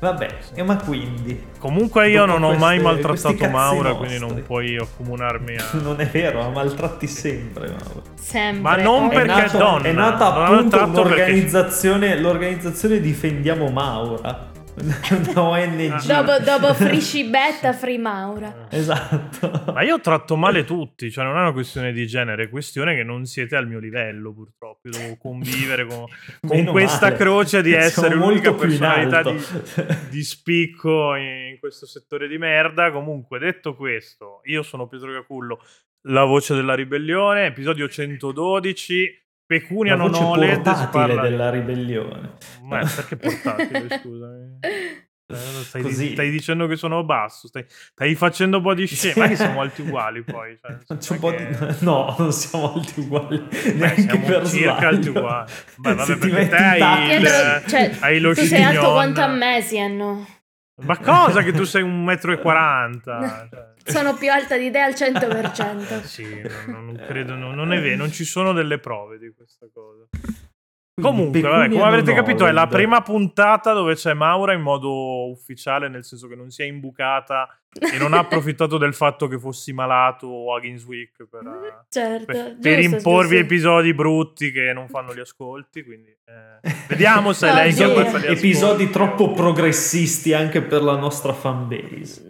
Vabbè, ma quindi Comunque io non ho mai maltrattato questi cazzi Maura, nostri. quindi non puoi accomunarmi a... Non è vero, la maltratti sempre, Maura. Sempre. Ma non perché è donna. È nata non appunto maltratto l'organizzazione Difendiamo Maura, una ONG. Dopo Free Scibetta, Free Maura. Esatto. Ma io tratto male tutti, cioè non è una questione di genere, è questione che non siete al mio livello, purtroppo. Io devo convivere con questa male. croce di essere Siamo l'unica molto più in personalità alto. di spicco in questo settore di merda. Comunque, detto questo, io sono Pietro Cacullo, la voce della ribellione, episodio 112. Pecunia La non voce OLED, portatile della ribellione. Ma perché portatile, scusami? Stai dicendo che sono basso, stai facendo un po' di scema, ma che siamo alti uguali poi. No, non siamo alti uguali. Neanche siamo per circa sbaglio. Alti uguali. Beh, vabbè, perché te hai lo tu sei alto quanto a me, Sienno. Ma cosa che tu sei 1,40 m? Sono più alta di te al 100%. Sì, non credo, non è vero, non ci sono delle prove di questa cosa. Comunque, vabbè, come avrete capito, è la prima puntata dove c'è Maura in modo ufficiale, nel senso che non si è imbucata e non ha approfittato del fatto che fossi malato o a Games Week per imporvi episodi brutti che non fanno gli ascolti. Quindi vediamo se lei fa gli ascolti. Episodi troppo progressisti anche per la nostra fanbase.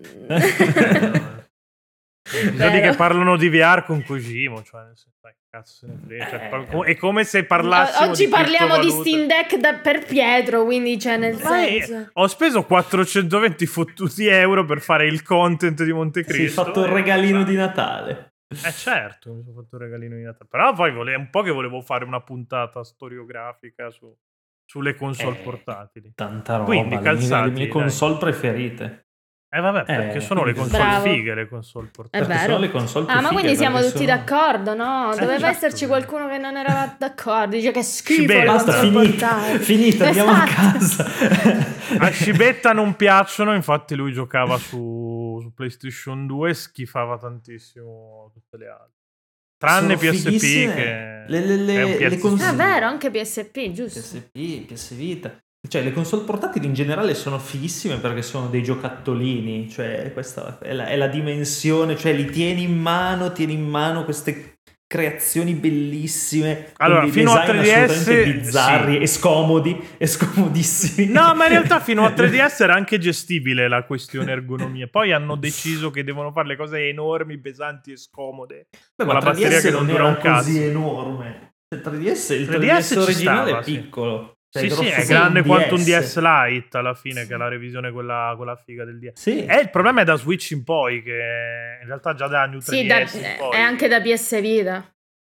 Episodi che parlano di VR con Kojima, cioè nel senso, cazzo se ne frega, cioè, è come se parlassimo oggi parliamo di Steam Deck per Pietro, quindi c'è nel senso ho speso 420 fottuti euro per fare il content di Montecristo. Sì, hai fatto il regalino di Natale. Certo, mi sono fatto il regalino di Natale, però poi un po' che volevo fare una puntata storiografica sulle console portatili. Tanta roba, quindi calzati, le mie console preferite. Vabbè, perché sono le console fighe, le console portatili. È vero. Sono le console più ma quindi siamo tutti d'accordo, no? Doveva esserci qualcuno che non era d'accordo, dice che schifo le console portatili. Finita, andiamo a casa. A Scibetta non piacciono, infatti lui giocava su PlayStation 2 e schifava tantissimo tutte le altre. Tranne sono PSP che le console... È vero, anche PSP, giusto? PSP, PS Vita. Cioè, le console portatili in generale sono fighissime perché sono dei giocattolini, cioè questa è la dimensione, cioè li tieni in mano queste creazioni bellissime, allora, con fino a 3DS assolutamente bizzarri e scomodissimi. No, ma in realtà fino a 3DS era anche gestibile la questione ergonomia. Poi hanno deciso che devono fare le cose enormi, pesanti e scomode. Beh, con ma la batteria che non dura un cazzo. Così enorme. Il 3DS originale è piccolo. Cioè, sì, è grande quanto un DS Lite alla fine, che è la revisione quella figa del DS. Sì. Il problema è da Switch in poi, che in realtà già da New 3DS in poi. È anche da PS Vita.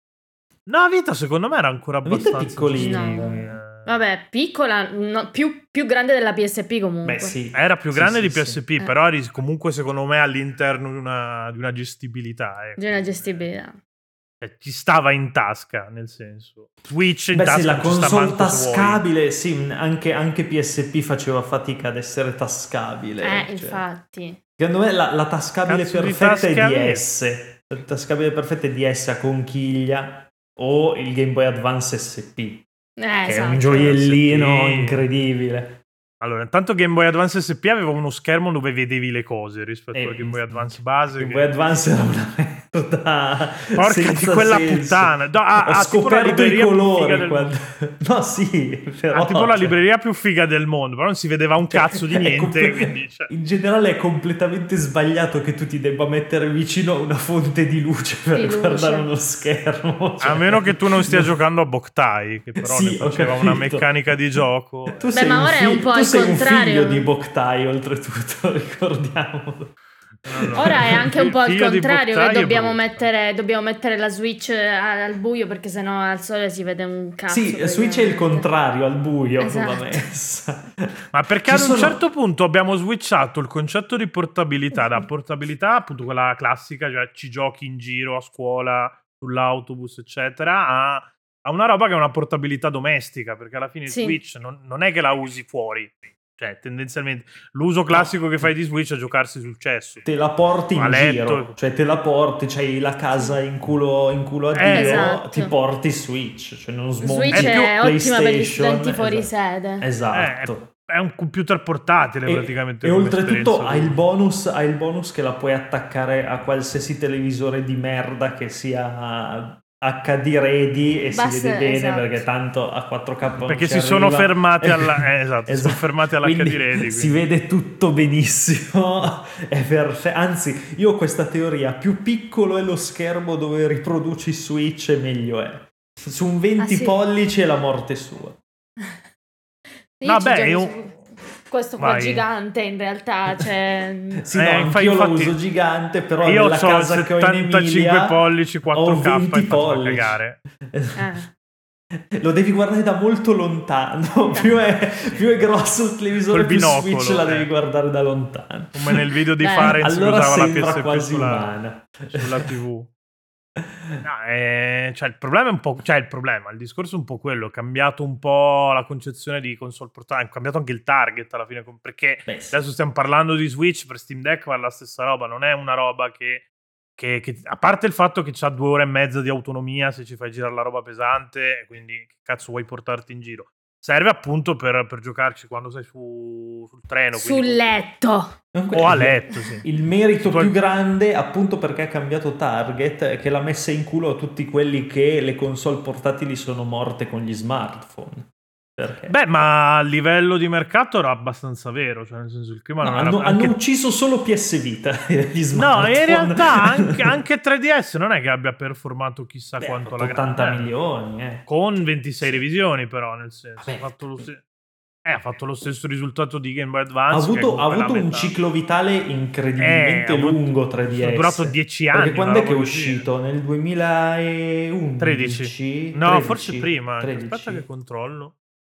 No, Vita secondo me era ancora abbastanza piccolina. No. Vabbè, piccola, no, più grande della PSP comunque. Beh, sì. Era più grande di PSP, sì. però comunque secondo me all'interno di una gestibilità. Di una gestibilità. Ci stava in tasca, nel senso Switch in tasca, sì, la console tascabile, sì, anche PSP faceva fatica ad essere tascabile. Cioè. Infatti. Secondo me la tascabile perfetta è DS. La tascabile perfetta è DS a conchiglia o il Game Boy Advance SP. Che è un gioiellino incredibile. Allora, intanto Game Boy Advance SP aveva uno schermo dove vedevi le cose rispetto al Game Boy Advance base. Game Boy Advance era una merda. Porca di quella puttana. Ho scoperto i colori quando... No, sì, però, tipo la libreria più figa del mondo, però non si vedeva un cazzo di niente. Quindi, in generale è completamente sbagliato che tu ti debba mettere vicino una fonte di luce per guardare uno schermo. Cioè... A meno che tu non stia giocando a Boktai, che però ne faceva una meccanica di gioco. Ma ora è un po' sei un figlio di Boktai, oltretutto, ricordiamolo. No. Ora è anche un po' al contrario, che dobbiamo mettere la Switch al buio, perché sennò al sole si vede un cazzo. Sì, Switch è il contrario, al buio, esatto. Va messa. Ma perché ad un certo punto abbiamo switchato il concetto di portabilità da portabilità, appunto quella classica, cioè ci giochi in giro a scuola, sull'autobus, eccetera, a una roba che è una portabilità domestica, perché alla fine Switch non è che la usi fuori. Cioè, tendenzialmente l'uso classico che fai di Switch è giocarsi sul cesso. Te la porti in giro, cioè te la porti, c'hai la casa in culo a Dio, esatto. Ti porti Switch, cioè non smonti Switch è ottima per gli studenti fuori sede. Esatto. È un computer portatile praticamente. E oltretutto ha il bonus che la puoi attaccare a qualsiasi televisore di merda che sia HD ready e si vede bene, esatto, perché tanto a 4K perché si sono fermati alla esatto, sono fermati all'HD ready, quindi si vede tutto benissimo. È perfetto. Anzi, io ho questa teoria: più piccolo è lo schermo dove riproduci Switch, meglio è. Su un 20 pollici è la morte sua. Vabbè, questo qua gigante in realtà, cioè... sì, io lo uso gigante, però io nella casa che ho in Emilia 75 pollici 4K e faccio cagare. Lo devi guardare da molto lontano. Più è grosso il televisore, più binocolo, Switch la devi guardare da lontano, come nel video di Farenz che usava la PSP quasi umana sulla TV. Cioè il problema è un po', il discorso è un po' quello, è cambiato un po' la concezione di console portatile, è cambiato anche il target alla fine, perché adesso stiamo parlando di Switch, per Steam Deck va la stessa roba, non è una roba che a parte il fatto che c'ha 2 ore e mezza di autonomia se ci fai girare la roba pesante, quindi che cazzo vuoi portarti in giro? Serve appunto per giocarci quando sei sul treno. Sul letto. O a letto, sì. Il merito più grande, appunto perché ha cambiato target, è che l'ha messa in culo a tutti quelli che le console portatili sono morte con gli smartphone. Perché? Beh, ma a livello di mercato era abbastanza vero, cioè nel senso il clima non era... hanno ucciso solo PS Vita gli smartphone. No, in realtà anche 3DS non è che abbia performato chissà quanto la 80 milioni con 26 revisioni, però nel senso ha fatto lo stesso risultato di Game Boy Advance. Ha avuto un ciclo vitale incredibilmente lungo 3DS. È durato 10 anni. Perché quando è che è uscito? Nel 2011? 13. No, 13, forse prima. 13. Aspetta che controllo.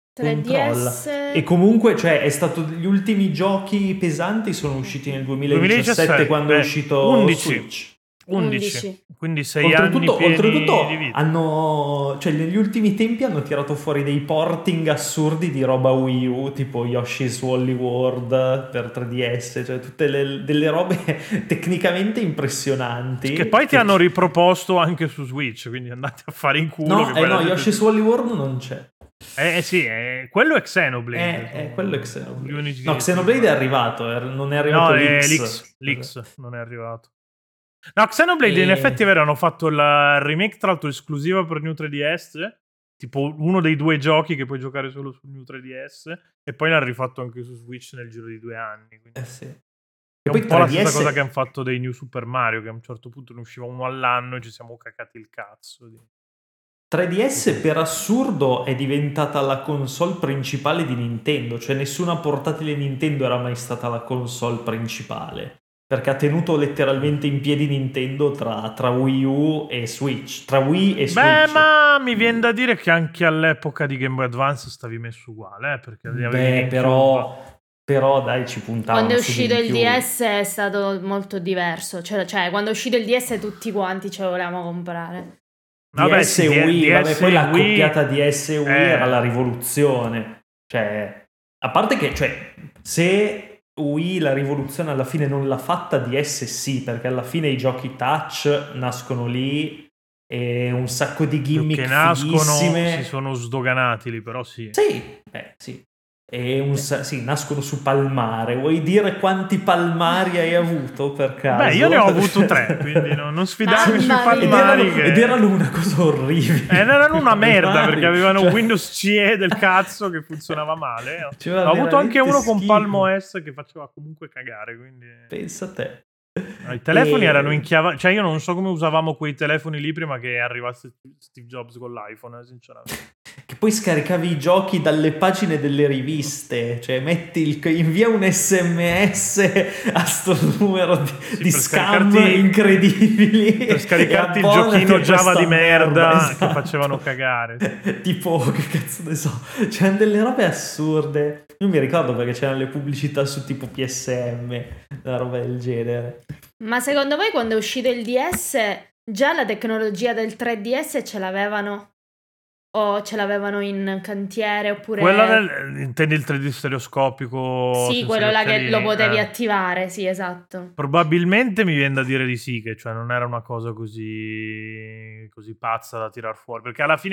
3DS. E comunque, cioè, è stato gli ultimi giochi pesanti sono usciti nel 2017 quando è uscito 11. Switch. 11. Quindi 6 anni pieni oltretutto di vita. Cioè, negli ultimi tempi hanno tirato fuori dei porting assurdi di roba Wii U, tipo Yoshi's Woolly World per 3DS, cioè tutte delle robe Che tecnicamente impressionanti. Che poi ti hanno riproposto anche su Switch, quindi andate a fare in culo. No, Yoshi's Woolly World non c'è. Sì, quello è Xenoblade. Quello è Xenoblade. No, Xenoblade è arrivato, non è arrivato l'X non è arrivato. No, Xenoblade in effetti è vero, hanno fatto il remake tra l'altro esclusiva per New 3DS, tipo uno dei 2 giochi che puoi giocare solo su New 3DS, e poi l'hanno rifatto anche su Switch nel giro di 2 anni. Quindi. Sì. È un po' la stessa cosa che hanno fatto dei New Super Mario, che a un certo punto ne usciva uno all'anno e ci siamo cacati il cazzo. 3DS per assurdo è diventata la console principale di Nintendo, cioè nessuna portatile Nintendo era mai stata la console principale, perché ha tenuto letteralmente in piedi Nintendo tra Wii U e Switch, tra Wii e Switch. Beh, ma mi viene da dire che anche all'epoca di Game Boy Advance stavi messo uguale, perché però dai, ci puntavano. Quando è uscito il DS è stato molto diverso, cioè quando è uscito il DS tutti quanti ce lo volevamo comprare. DS e Wii, poi la coppiata DS e Wii era la rivoluzione. Cioè, a parte che, se Wii la rivoluzione alla fine non l'ha fatta, DS sì, perché alla fine i giochi touch nascono lì e un sacco di gimmick che nascono, fighissime. si sono sdoganati lì, però sì. Sì. E nascono su Palmare. Vuoi dire quanti palmari hai avuto per caso? Beh, io ne ho avuto 3, quindi non sfidarmi sui palmari. Ed erano una cosa orribile. Erano una merda perché avevano Windows CE del cazzo che funzionava male. Ho avuto anche uno con Palm OS che faceva comunque cagare. Quindi... Pensa a te. I telefoni erano inchiavati. Cioè, io non so come usavamo quei telefoni lì prima che arrivasse Steve Jobs con l'iPhone, sinceramente. Che poi scaricavi i giochi dalle pagine delle riviste, cioè invia un SMS a sto numero di scam incredibili per scaricarti il giochino Java di merda esatto. Che facevano cagare. Tipo, che cazzo ne so, c'erano delle robe assurde. Io mi ricordo perché c'erano le pubblicità su tipo PSM, una roba del genere. Ma secondo voi quando è uscito il DS già la tecnologia del 3DS ce l'avevano? O ce l'avevano in cantiere oppure... intendi il 3D stereoscopico? Sì, quello là che lo potevi attivare, sì, esatto. Probabilmente mi viene da dire di sì, che cioè non era una cosa così pazza da tirar fuori, perché alla fine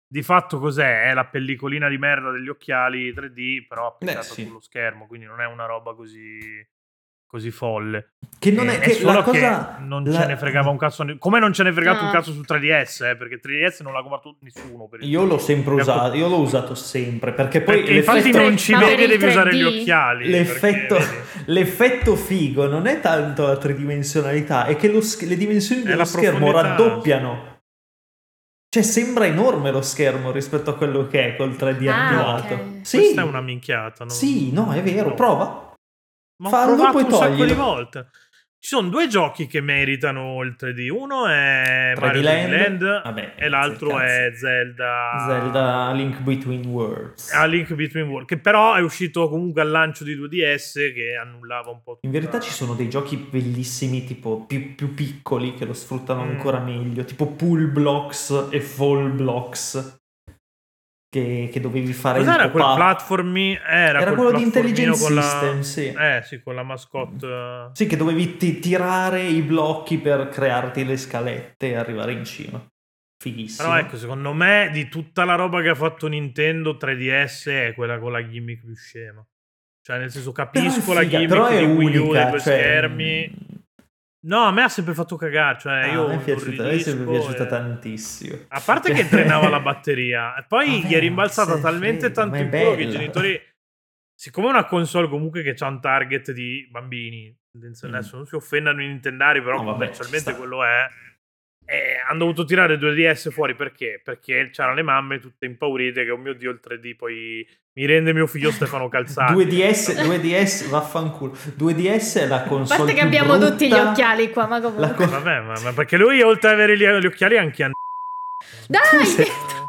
di fatto cos'è? È la pellicolina di merda degli occhiali 3D, però applicata sì. sullo schermo, quindi non è una roba così folle. Che non è che solo la cosa che non ce ne fregava un cazzo, come non ce ne è fregato un cazzo sul 3DS, perché 3DS non l'ha comprato nessuno. Io l'ho sempre usato, io l'ho usato sempre, perché poi infatti non ci vedi, devi usare gli occhiali. L'effetto figo non è tanto la tridimensionalità, è che le dimensioni dello schermo raddoppiano. Cioè sembra enorme lo schermo rispetto a quello che è col 3D attivato. Okay. Sì. Questa è una minchiata. Sì, no, è vero, prova. Ma ho provato un sacco di volte. Ci sono due giochi che meritano il 3D. Uno è Mario Land. Vabbè, e l'altro è Zelda Link Between Worlds. Link Between Worlds, che però è uscito comunque al lancio di 2DS, che annullava un po' In verità ci sono dei giochi bellissimi, tipo più piccoli, che lo sfruttano ancora meglio, tipo Pool Blocks e Fall Blocks, che dovevi fare. Cos'era quel platform? Era quello di Intelligent System, sì, con la mascotte. Sì, che dovevi tirare i blocchi per crearti le scalette e arrivare in cima. Fighissimo. Però ecco, secondo me di tutta la roba che ha fatto Nintendo, 3DS è quella con la gimmick più scema. Cioè, nel senso, capisco la gimmick di Wii U dei due schermi. No, a me ha sempre fatto cagare. Cioè, io a me è sempre piaciuta tantissimo. A parte che drenava la batteria, e poi gli è rimbalzata talmente tanto in culo che i genitori, siccome è una console comunque che c'ha un target di bambini, adesso non si offendano i nintendari, però commercialmente quello è. Hanno dovuto tirare 2DS fuori perché? Perché c'erano le mamme tutte impaurite che, oh mio Dio, il 3D poi mi rende mio figlio Stefano Calzati. 2DS vaffanculo. 2DS è la console. A parte che abbiamo tutti gli occhiali qua, ma comunque. Vabbè, ma perché lui oltre ad avere gli occhiali anche Dai!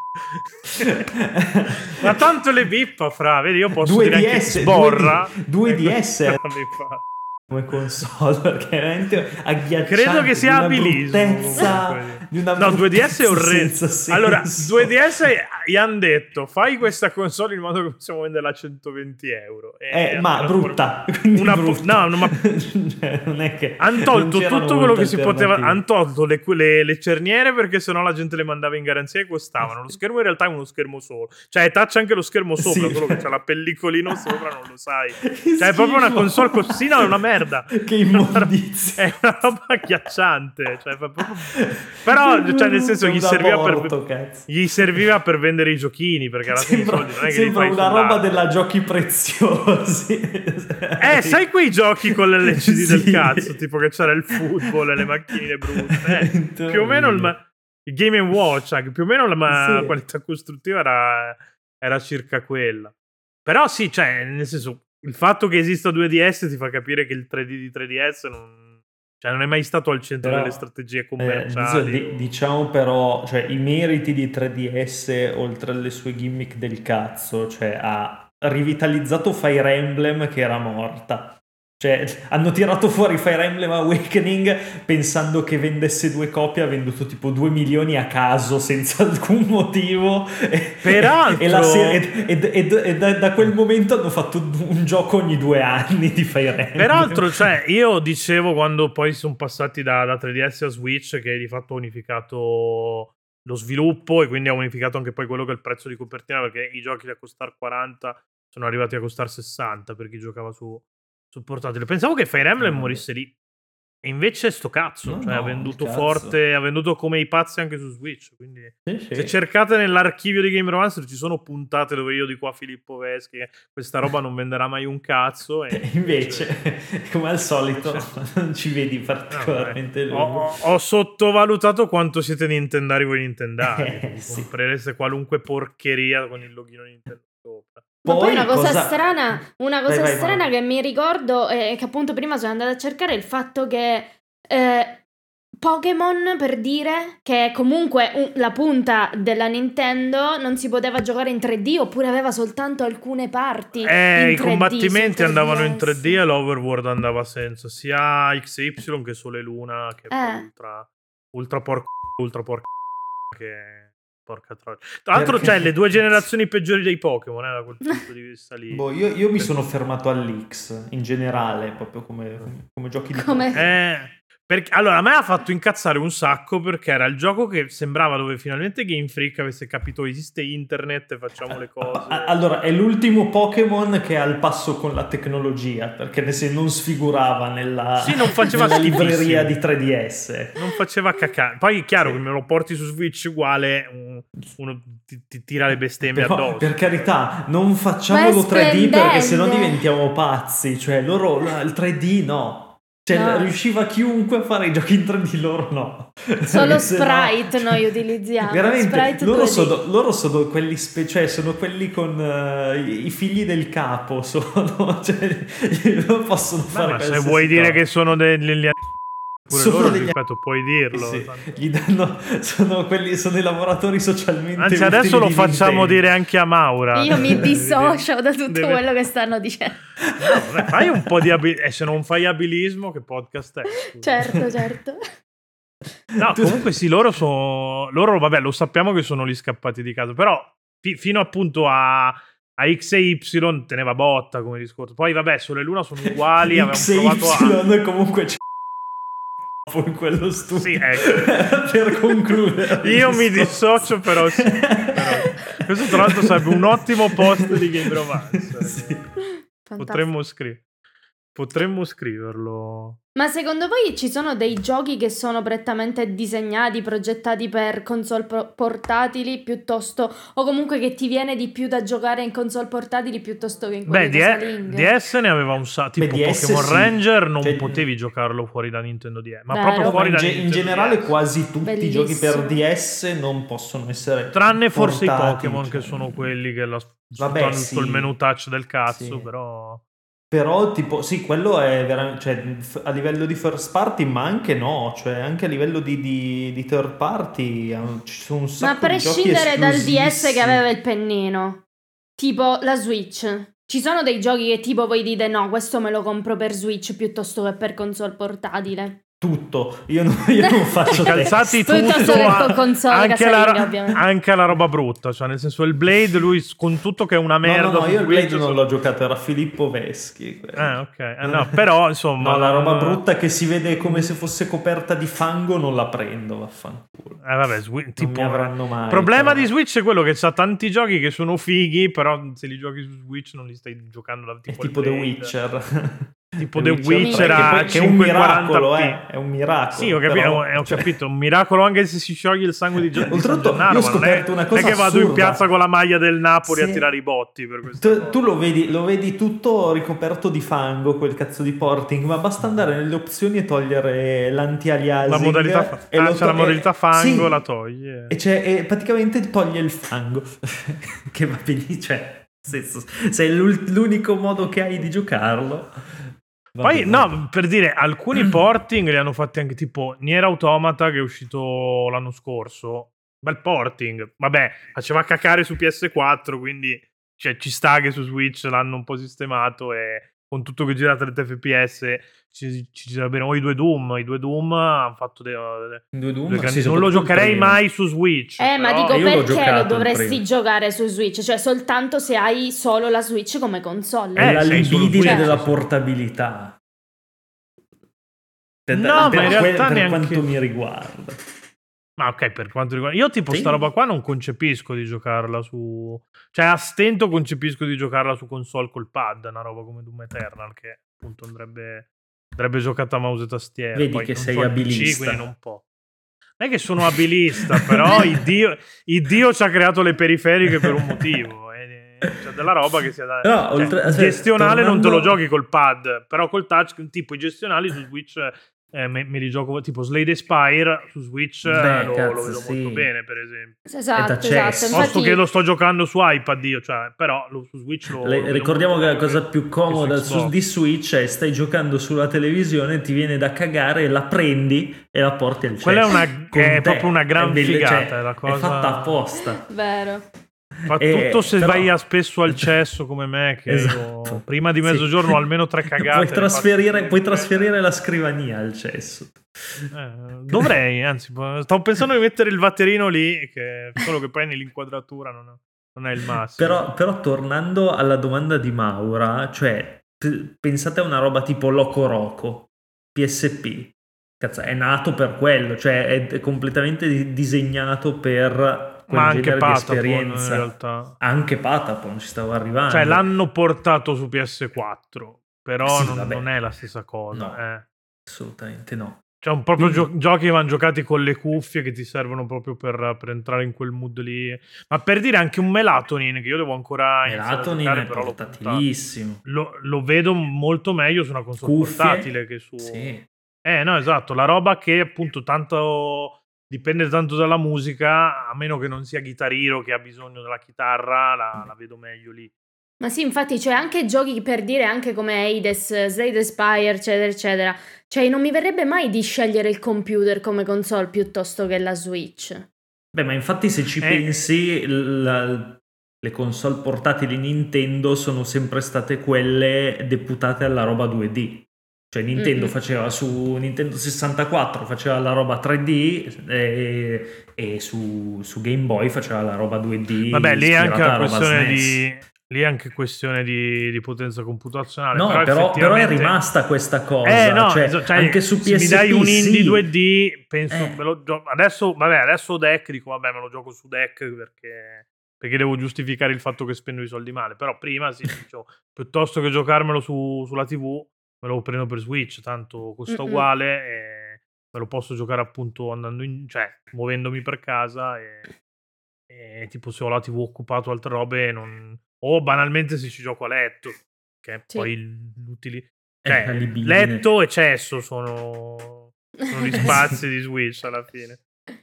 Ma tanto le bippa, fra, vedi, io posso dire anche sborra. 2DS come console, perché veramente agghiacciante. Credo che sia abilismo. No, 2DS è orrendo. Allora, 2DS gli hanno detto fai questa console in modo che possiamo venderla a 120 euro. Ma brutta. No, ma non è che hanno tolto tutto quello che si poteva. Hanno tolto le cerniere, perché sennò la gente le mandava in garanzia e costavano. Lo schermo in realtà è uno schermo solo. Cioè, touch anche lo schermo sopra, solo che c'ha la pellicolino sopra, non lo sai. Cioè, è proprio una console così. No, è una merda. Che immondizia. È una roba agghiacciante. Cioè, però, cioè, nel senso, gli serviva per vendere i giochini, perché alla fine non è che sembra una roba della giochi preziosi. Sai quei giochi con l'LCD del cazzo, tipo che c'era il football e le macchinine brutte. Più o meno il Game & Watch, anche più o meno la qualità costruttiva era circa quella. Però sì, cioè, nel senso, il fatto che esista 2DS ti fa capire che il 3D di 3DS non è mai stato al centro delle strategie commerciali. Diciamo però, cioè, i meriti di 3DS, oltre alle sue gimmick del cazzo, cioè ha rivitalizzato Fire Emblem che era morta. Cioè, hanno tirato fuori Fire Emblem Awakening pensando che vendesse 2 copie, ha venduto tipo 2 milioni a caso senza alcun motivo. Peraltro, e da quel momento hanno fatto un gioco ogni 2 anni di Fire Emblem. Peraltro, cioè, io dicevo quando poi sono passati da 3DS a Switch che di fatto ha unificato lo sviluppo e quindi ha unificato anche poi quello che è il prezzo di copertina, perché i giochi da costare 40 sono arrivati a costare 60 per chi giocava sul portatile. Pensavo che Fire Emblem morisse lì, e invece sto cazzo, ha venduto forte, ha venduto come i pazzi anche su Switch, quindi se cercate nell'archivio di Game Romancer ci sono puntate dove io dico a Filippo Veschi che questa roba non venderà mai un cazzo, e invece come al solito non ci vedi particolarmente lungo. Ho sottovalutato quanto siete nintendari voi nintendari. Comprereste qualunque porcheria con il logino Nintendo sopra. Poi una cosa strana che mi ricordo e che appunto prima sono andata a cercare, è il fatto che Pokémon, per dire, che comunque la punta della Nintendo, non si poteva giocare in 3D, oppure aveva soltanto alcune parti in 3D, i combattimenti andavano in 3D e l'Overworld andava senza, sia XY che Sole Luna, che ultra porca che porca troia. Tra l'altro c'è le 2 generazioni peggiori dei Pokémon, da quel punto di vista lì. Io mi sono fermato all'X in generale, proprio come giochi di Pokémon. Allora, a me ha fatto incazzare un sacco perché era il gioco che sembrava dove finalmente Game Freak avesse capito esiste internet e facciamo le cose. Allora, è l'ultimo Pokémon che è al passo con la tecnologia, perché se non sfigurava nella libreria di 3DS. Non faceva cacare. Poi è chiaro che me lo porti su Switch uguale, uno ti tira le bestemmie addosso. Per carità, non facciamolo 3D perché sennò diventiamo pazzi. Cioè, loro il 3D no. Cioè, no. Riusciva chiunque a fare i giochi in 3D, loro no. Solo Sprite noi utilizziamo. Veramente, loro sono quelli sono quelli con i figli del capo. Cioè, non possono fare. Ma se vuoi dire che sono degli pure loro, ripeto, puoi dirlo. Sì. Gli danno, sono i lavoratori socialmente. Anzi, adesso lo facciamo dire anche a Maura. Io mi dissocio da tutto quello che stanno dicendo. No, fai un po' di se non fai abilismo, che podcast è? Certo. No, comunque sì, loro vabbè, lo sappiamo che sono gli scappati di casa, però fino appunto a X e Y teneva botta come discorso. Poi vabbè, Sole e Luna sono uguali. X e Y comunque in quello studio. Sì, ecco. Per concludere, io mi dissocio, però sì. Questo tra l'altro sarebbe un ottimo post di Game Romance. Sì. Potremmo scriverlo. Ma secondo voi ci sono dei giochi che sono prettamente disegnati, progettati per console portatili piuttosto, o comunque che ti viene di più da giocare in console portatili piuttosto che in quelle casalinghe? DS ne aveva un sacco, tipo Pokémon Ranger non potevi giocarlo fuori da Nintendo DS, ma proprio fuori da Nintendo in generale DS. quasi tutti i giochi per DS non possono essere tranne forse portati, i Pokémon, che sono quelli che sfruttano tutto il menu touch del cazzo, Però tipo sì, quello è veramente, cioè, a livello di first party, ma anche no, cioè anche a livello di third party ci sono un sacco di giochi ma a prescindere dal DS che aveva il pennino, tipo la Switch, ci sono dei giochi che tipo voi dite no, questo me lo compro per Switch piuttosto che per console portatile? Tutto, io non faccio calzati tutto, anche la roba brutta, cioè nel senso il Blade, lui con tutto che è una merda. No, io il Blade non l'ho giocato, era Filippo Veschi. Ok, no, però insomma la roba brutta che si vede come se fosse coperta di fango non la prendo, vaffanculo. Vabbè, tipo, non mi avranno mai. Il problema di Switch è quello che c'ha tanti giochi che sono fighi, però se li giochi su Switch non li stai giocando tipo The Witcher. Tipo The Witcher che è un miracolo, è un miracolo. Sì, ho capito, un miracolo anche se si scioglie il sangue di Oltretutto, io ho scoperto una cosa non è che vado assurda. In piazza con la maglia del Napoli a tirare i botti per tu lo vedi tutto ricoperto di fango, quel cazzo di porting, ma basta andare nelle opzioni e togliere l'anti-aliasing. La modalità c'è la modalità fango, la toglie. E praticamente toglie il fango. Che va benissimo, cioè, se è l'unico modo che hai di giocarlo. Poi no, per dire, alcuni porting li hanno fatti anche tipo Nier Automata, che è uscito l'anno scorso. Bel porting, vabbè, faceva cacare su PS4, quindi cioè, ci sta che su Switch l'hanno un po' sistemato e con tutto che gira a 30 fps ci gira bene. O i due Doom hanno fatto non lo giocherei mai su Switch, ma dico, perché lo dovresti giocare su Switch? Cioè soltanto se hai solo la Switch come console. È la libidine della portabilità. No, ma in realtà per neanche quanto mi riguarda. Ma ok, per quanto riguarda io tipo sta roba qua non concepisco di giocarla su, cioè a stento concepisco di giocarla su console col pad, una roba come Doom Eternal che appunto andrebbe giocata a mouse e tastiera. Vedi poi che sei abilista. PC, quindi non può. Non è che sono abilista, però il Dio ci ha creato le periferiche per un motivo. C'è della roba che sia gestionale, non te lo giochi col pad, però col touch, tipo i gestionali su Switch me li gioco, tipo Slade Spire su Switch. Lo vedo molto bene, per esempio. Esatto. Posto che lo sto giocando su iPad io, cioè, però su Switch ricordiamo che la cosa più comoda di Switch è stai giocando sulla televisione, ti viene da cagare, la prendi e la porti al cesso. Quella è proprio una gran figata, cioè, la cosa è fatta apposta. Vero. Fa tutto se vai spesso al cesso come me, che esatto. Prima di mezzogiorno almeno 3 cagate. Puoi trasferire la scrivania al cesso. Dovrei, anzi, stavo pensando di mettere il vatterino lì, solo che poi nell'inquadratura non è il massimo. Però tornando alla domanda di Maura, cioè pensate a una roba tipo Loco Roco, PSP. cazzo, è nato per quello, cioè è completamente disegnato per quel anche genere di Patapon, esperienza. in realtà. Anche Patapon ci stava arrivando. Cioè l'hanno portato su PS4, però Sì, non è la stessa cosa. No, assolutamente no. Cioè proprio Quindi- giochi che vanno giocati con le cuffie che ti servono proprio per entrare in quel mood lì. Ma per dire anche un Melatonin che io devo ancora iniziare a Melatonin giocare, è però portatilissimo. lo vedo molto meglio su una console Cuffie, portatile che su... sì. No, esatto, la roba che appunto tanto dipende tanto dalla musica, a meno che non sia Guitar Hero che ha bisogno della chitarra, la vedo meglio lì. Ma sì, infatti, cioè anche giochi per dire anche come Hades, Slade Spire, eccetera, eccetera. Cioè non mi verrebbe mai di scegliere il computer come console piuttosto che la Switch. Beh, ma infatti se ci pensi, le console portatili Nintendo sono sempre state quelle deputate alla roba 2D. Cioè Nintendo faceva su Nintendo 64 faceva la roba 3D e su Game Boy faceva la roba 2D. Vabbè, lì è anche ispirata una alla roba questione SNES. lì è anche questione di potenza computazionale. No, però è rimasta questa cosa. No, cioè, cioè, anche su PSP se mi dai un indie sì. 2D, penso me lo adesso deck dico vabbè, me lo gioco su deck perché devo giustificare il fatto che spendo i soldi male. Però prima sì, dicevo, piuttosto che giocarmelo sulla TV, me lo prendo per Switch, tanto costa uguale e me lo posso giocare appunto andando cioè muovendomi per casa e tipo se ho la TV occupato altre robe o banalmente se ci gioco a letto, che è poi l'utili, cioè letto e cesso sono gli spazi di Switch alla fine.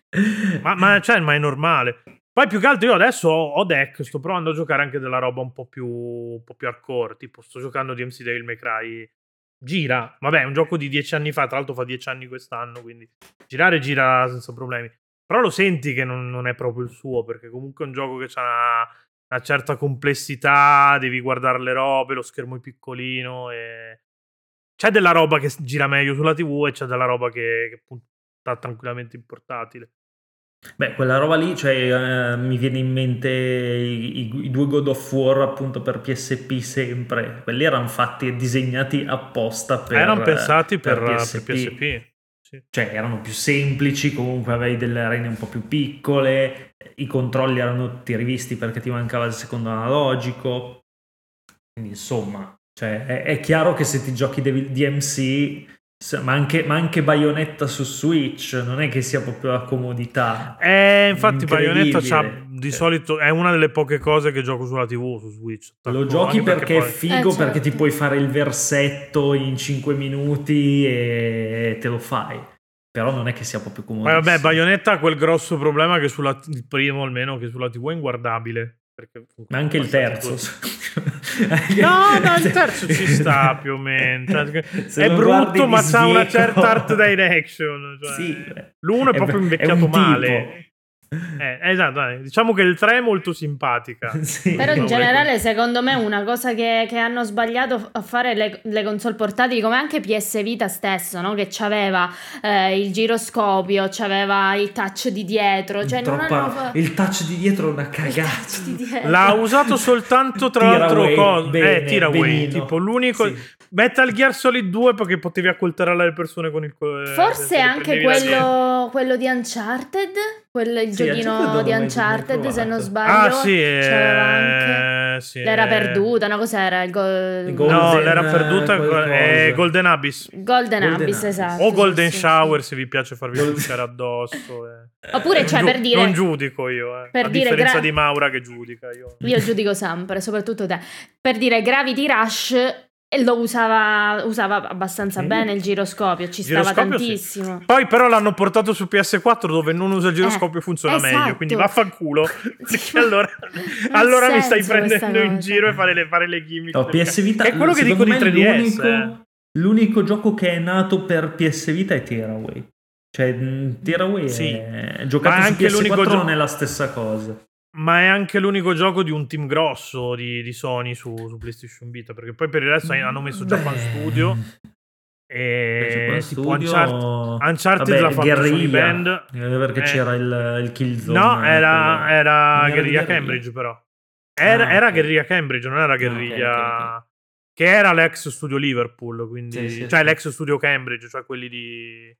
ma è normale. Poi più che altro io adesso ho deck, sto provando a giocare anche della roba un po' più hardcore, tipo sto giocando DMC Devil May Cry. Gira, vabbè, è un gioco di 10 anni fa, tra l'altro fa 10 anni quest'anno, quindi gira senza problemi. Però lo senti che non è proprio il suo, perché comunque è un gioco che ha una certa complessità, devi guardare le robe, lo schermo è piccolino e c'è della roba che gira meglio sulla TV e c'è della roba che appunto sta tranquillamente in portatile. Beh, quella roba lì, cioè, mi viene in mente i due God of War appunto per PSP sempre. Quelli erano fatti e disegnati apposta per erano pensati per PSP. Sì. Cioè erano più semplici, comunque avevi delle arene un po' più piccole, i controlli erano tutti rivisti perché ti mancava il secondo analogico. Quindi insomma, cioè, è chiaro che se ti giochi DMC... Ma anche Bayonetta su Switch non è che sia proprio la comodità. Infatti Bayonetta di solito è una delle poche cose che gioco sulla TV su Switch. Lo giochi perché è figo, perché ti puoi fare il versetto in 5 minuti e te lo fai. Però non è che sia proprio comodissimo. Vabbè, Bayonetta ha quel grosso problema che il primo almeno che sulla TV è inguardabile. Ma anche il terzo. No, il terzo ci sta più o meno. È brutto, ma c'ha una certa art direction. Cioè, sì, l'uno è proprio invecchiato male. Esatto, diciamo che il 3 è molto simpatica. Sì. Però in generale secondo me una cosa che hanno sbagliato a fare le console portatili, come anche PS Vita stesso, no? Che c'aveva il giroscopio, c'aveva il touch di dietro, cioè il touch di dietro è una cagata. L'ha usato soltanto tra l'altro Tiraway, tipo l'unico Metal Gear Solid 2 perché potevi accoltellare le persone con il forse anche quello di Uncharted, il giochino di Uncharted se non sbaglio. C'era anche l'era perduta, una cos'era? L'era perduta è Golden Abyss. Golden Abyss, esatto. O Golden Shower se vi piace farvi pulicare addosso. Oppure per dire non giudico io, a differenza di Maura che giudica io giudico sempre, soprattutto te. Per dire Gravity Rush e lo usava abbastanza bene il giroscopio, stava tantissimo. Sì. Poi però l'hanno portato su PS4 dove non usa il giroscopio, funziona meglio, quindi vaffanculo. Sì. allora mi stai prendendo in giro e fare le gimmick. PS Vita, è quello che dico di 3DS. L'unico gioco che è nato per PS Vita è Tearaway. Cioè Tearaway è giocato su PS4 non è la stessa cosa. Ma è anche l'unico gioco di un team grosso di Sony su PlayStation Vita, perché poi per il resto hanno messo Japan Studio e tipo Uncharted l'ha fatto Sony Band perché c'era il Killzone. No, era Guerrilla Cambridge, però era Guerrilla Cambridge, non era Guerrilla okay. Che era l'ex studio Liverpool, quindi l'ex studio Cambridge, cioè quelli di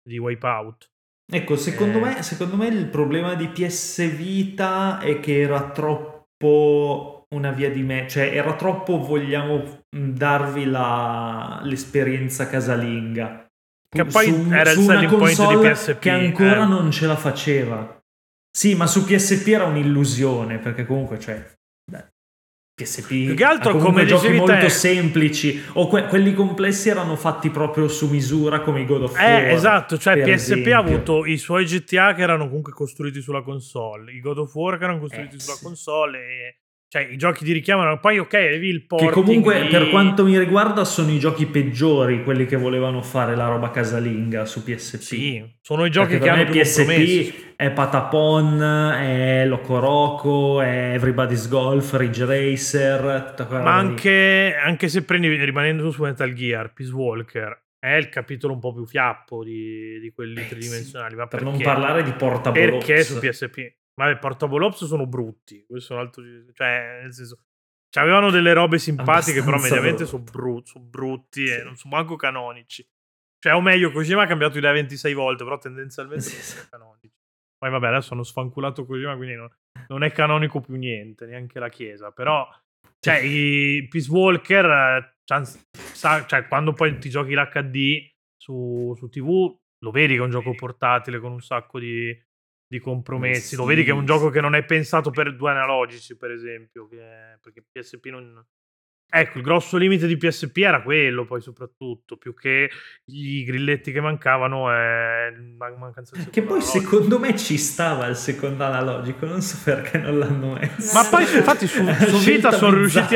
di Wipeout. Ecco, secondo me il problema di PS Vita è che era troppo una via di me, cioè era troppo vogliamo darvi l'esperienza casalinga. Che poi era il selling point di PSP. Che ancora non ce la faceva. Sì, ma su PSP era un'illusione, perché comunque, PSP più che altro, come giochi molto semplici, o quelli complessi erano fatti proprio su misura, come i God of War. Esatto, cioè PSP esempio. ha avuto i suoi GTA che erano comunque costruiti sulla console, i God of War che erano costruiti sulla console, e cioè i giochi di richiamo erano poi avevi il porting. Che comunque per quanto mi riguarda sono i giochi peggiori, quelli che volevano fare la roba casalinga su PSP. Sì, sono i giochi che hanno più PSP compromessi. è Patapon, è Loco Roco, è Everybody's Golf, Ridge Racer, tutta quella ma roba anche se prendi, rimanendo su Metal Gear, Peace Walker è il capitolo un po' più fiappo di quelli tridimensionali, ma per perché? Non parlare di Portable Ops. Perché su PSP? Vabbè, Portable Ops sono brutti, questo sono altro, cioè nel senso, avevano delle robe simpatiche, Abbastanza però mediamente sono brutti e non sono manco canonici. Cioè, o meglio, Kojima ha cambiato idea 26 volte, però tendenzialmente sono canonici. Poi vabbè, adesso hanno sfanculato Kojima, quindi non è canonico più niente, neanche la chiesa. Però, cioè, i Peace Walker, cioè, quando poi ti giochi l'HD su TV, lo vedi che è un gioco portatile con un sacco di compromessi. Lo vedi che è un gioco che non è pensato per 2 analogici, per esempio, perché PSP non... Ecco, il grosso limite di PSP era quello, poi soprattutto, più che i grilletti che mancavano è mancanza del che poi analogico. Secondo me ci stava il secondo analogico, non so perché non l'hanno messo. Ma poi infatti su Vita sono riusciti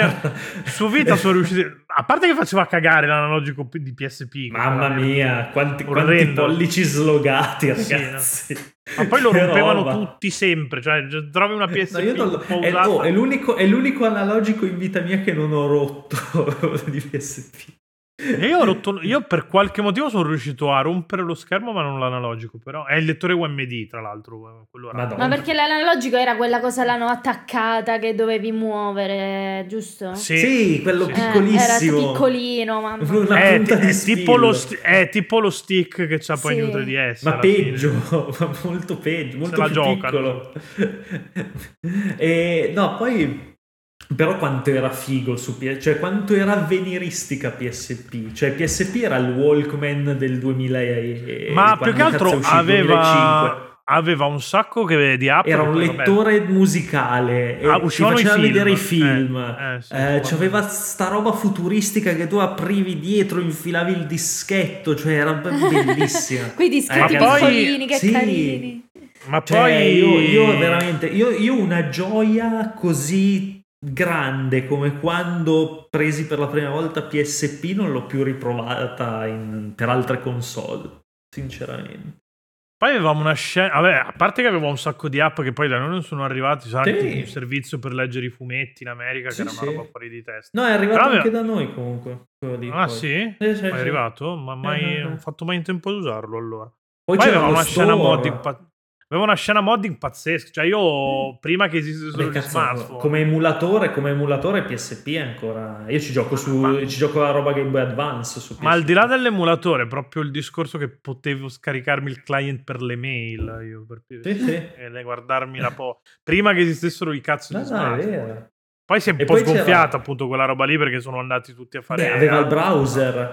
a parte che faceva cagare l'analogico di PSP. Mamma mia, quanti pollici slogati, ragazzi. Sì, no? Ma poi lo rompevano tutti sempre, cioè trovi una PSP è l'unico analogico in vita mia che non ho rotto di PSP. E io per qualche motivo sono riuscito a rompere lo schermo, ma non l'analogico, però è il lettore UMD, tra l'altro, quello ma perché l'analogico era quella cosa l'hanno attaccata che dovevi muovere, giusto? Sì, quello piccolissimo, era piccolino, mamma. È tipo lo stick che c'ha poi in 3DS, ma peggio, molto peggio, molto più piccolo. E no, poi però quanto era figo su PSP, cioè quanto era avveniristica PSP, cioè PSP era il Walkman del 2000, ma più che altro aveva un sacco di app, era un lettore musicale, ti faceva vedere i film, c'aveva sta roba futuristica che tu aprivi dietro, infilavi il dischetto, cioè era bellissima. Quei dischetti piccolini, che carini. Ma poi io veramente io una gioia così grande come quando presi per la prima volta PSP non l'ho più riprovata per altre console, sinceramente. Poi avevamo una scena, vabbè, a parte che avevamo un sacco di app che poi da noi non sono arrivati, c'era anche un servizio per leggere i fumetti in America, che era una roba fuori di testa. No, è arrivato anche da noi comunque. Sì? È arrivato? Ma non ho fatto mai in tempo ad usarlo, allora. Poi aveva una scena modding pazzesca, cioè io prima che esistessero gli smartphone, come emulatore PSP è ancora, io ci gioco ci gocco la roba Game Boy Advance su PSP. Ma al di là dell'emulatore, proprio il discorso che potevo scaricarmi il client per le mail, io e guardarmi prima che esistessero i cazzo di smartphone. È vero. Poi si è un po' sgonfiata appunto quella roba lì, perché sono andati tutti a fare. Aveva il browser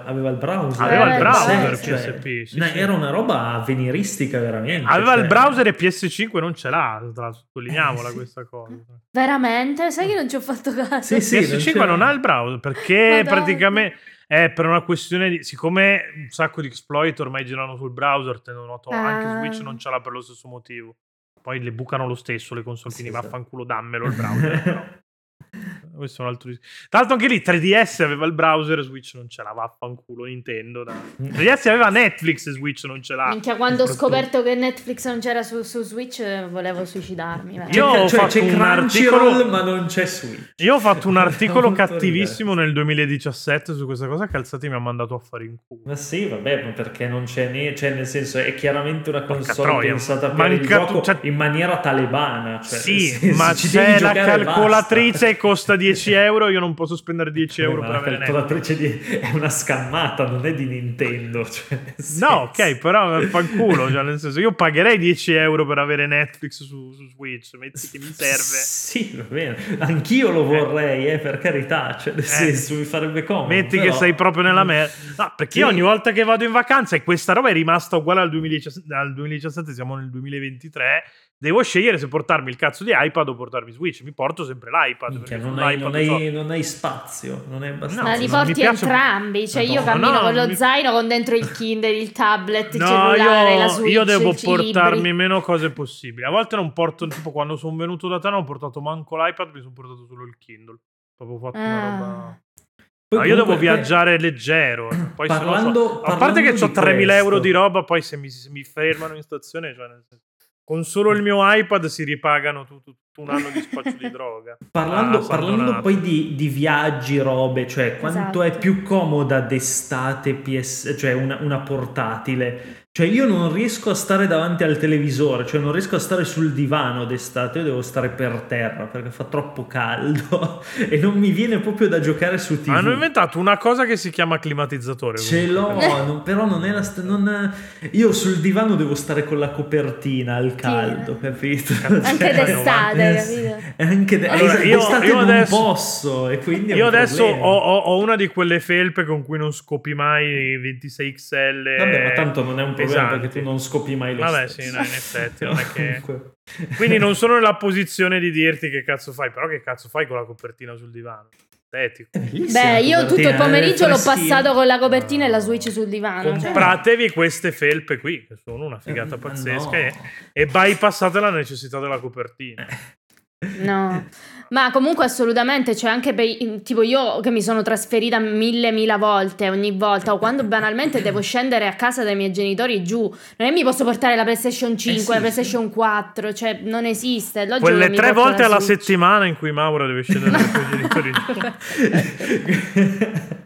PSP. Sì. Era una roba avveniristica veramente. Aveva il browser e PS5 non ce l'ha, sottolineiamola questa cosa. Veramente? Sai che non ci ho fatto caso? Sì, PS5 non ha il browser perché praticamente è per una questione di, siccome un sacco di exploit ormai girano sul browser, anche Switch non ce l'ha per lo stesso motivo. Poi le bucano lo stesso le console, quindi vaffanculo, dammelo il browser. Però. Questo è un altro. Tra l'altro anche lì 3DS aveva il browser, Switch non ce l'ha, vaffanculo Nintendo. 3DS aveva Netflix e Switch non ce l'ha. Minchia, quando ho scoperto che Netflix non c'era su Switch volevo suicidarmi. C'è Crunchyroll ma non c'è Switch. Io ho fatto un articolo cattivissimo nel 2017 su questa cosa, Calzati mi ha mandato a fare in culo. Ma sì, vabbè, perché non c'è cioè nel senso è chiaramente una console pensata per il gioco in maniera talebana, cioè, sì, ma c'è la calcolatrice e costa di 10 euro, io non posso spendere 10 euro per la avere calcolatrice è una scammata, non è di Nintendo. Cioè, no, ok, però fanculo, cioè, nel senso, io pagherei 10 euro per avere Netflix su Switch, metti che mi serve. Sì, va bene, anch'io lo vorrei, per carità, cioè, nel senso, mi farebbe comodo. Metti che sei proprio nella merda. No, perché io ogni volta che vado in vacanza, e questa roba è rimasta uguale al 2017, siamo nel 2023, devo scegliere se portarmi il cazzo di iPad o portarmi Switch. Mi porto sempre l'iPad. Minchia, non hai spazio, non è abbastanza. Ma li porti entrambi. Cioè, io cammino con lo zaino con dentro il Kindle, il tablet, il cellulare, la Switch. Io devo portarmi meno cose possibili. A volte non porto, tipo quando sono venuto da te, non ho portato manco l'iPad, mi sono portato solo il Kindle. Proprio fatto una roba. No, io devo viaggiare leggero. Poi a parte che ho 3.000 euro di roba, poi se mi fermano in stazione, cioè nel senso, con solo il mio iPad si ripagano tutto un anno di spaccio di droga. Parlando poi di viaggi, robe, cioè quanto è più comoda d'estate cioè una portatile. Cioè io non riesco a stare davanti al televisore, cioè non riesco a stare sul divano d'estate, io devo stare per terra perché fa troppo caldo e non mi viene proprio da giocare su TV. Hanno inventato una cosa che si chiama climatizzatore. Ce l'ho, però non è io sul divano devo stare con la copertina al caldo, capito? Anche d'estate, capito? Allora, io adesso non posso e quindi io adesso ho una di quelle felpe con cui non scopi mai 26XL. Vabbè, ma tanto non è un problema perché tu non scopi mai lo stesso. Sì, no, in effetti non è che quindi non sono nella posizione di dirti che cazzo fai, però che cazzo fai con la copertina sul divano? Beh, io tutto il pomeriggio l'ho passato con la copertina e la Switch sul divano. Compratevi queste felpe qui, che sono una figata pazzesca, e bypassate la necessità della copertina. No, ma comunque assolutamente, cioè anche tipo io che mi sono trasferita mille volte ogni volta, o quando banalmente devo scendere a casa dai miei genitori giù, non è che mi posso portare la PlayStation 5, la PlayStation 4, cioè non esiste. Quelle 3 volte alla settimana in cui Maura deve scendere dai suoi genitori giù.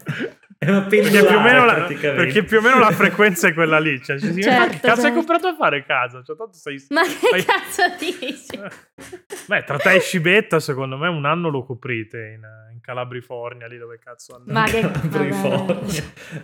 Perché più o meno la frequenza è quella lì, cioè, che cazzo hai comprato a fare casa? Cioè, tanto ma che cazzo dici? Beh, tra te e Scibetta secondo me un anno lo coprite in Calabrifornia, lì dove cazzo andate. Ma che Calabrifornia.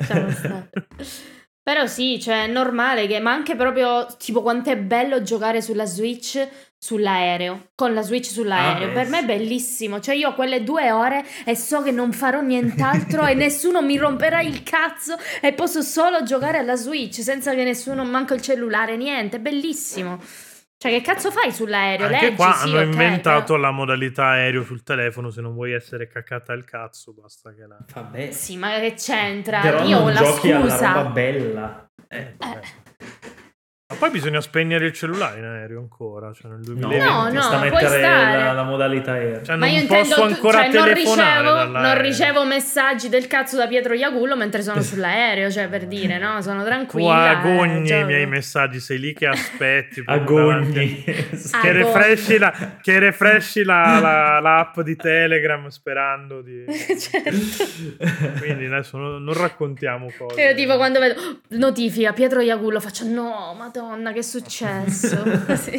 Però sì, cioè è normale ma anche proprio tipo quanto è bello giocare sulla Switch sull'aereo, con la Switch sull'aereo. Per me è bellissimo, cioè io ho quelle 2 ore e so che non farò nient'altro e nessuno mi romperà il cazzo e posso solo giocare alla Switch senza che nessuno manco il cellulare, niente, è bellissimo. Cioè che cazzo fai sull'aereo? Anche leggi, qua sì, hanno okay, inventato però la modalità aereo sul telefono, se non vuoi essere cacata al cazzo basta che la... Vabbè. Sì, ma che c'entra? Però io non ho la giochi scusa alla roba bella. Ma poi bisogna spegnere il cellulare in aereo ancora, cioè nel 2020 no, sta puoi mettere stare la modalità aereo. Cioè, ma non io posso ancora telefonare non ricevo messaggi del cazzo da Pietro Iagullo mentre sono sull'aereo, cioè per dire, no, sono tranquilla. Tu agogni i miei messaggi, sei lì che aspetti agogni che refreshi l'app di Telegram sperando di certo. Quindi adesso non raccontiamo cose. Io tipo quando vedo notifica Pietro Iagullo faccio no, madonna, che è successo? Sì.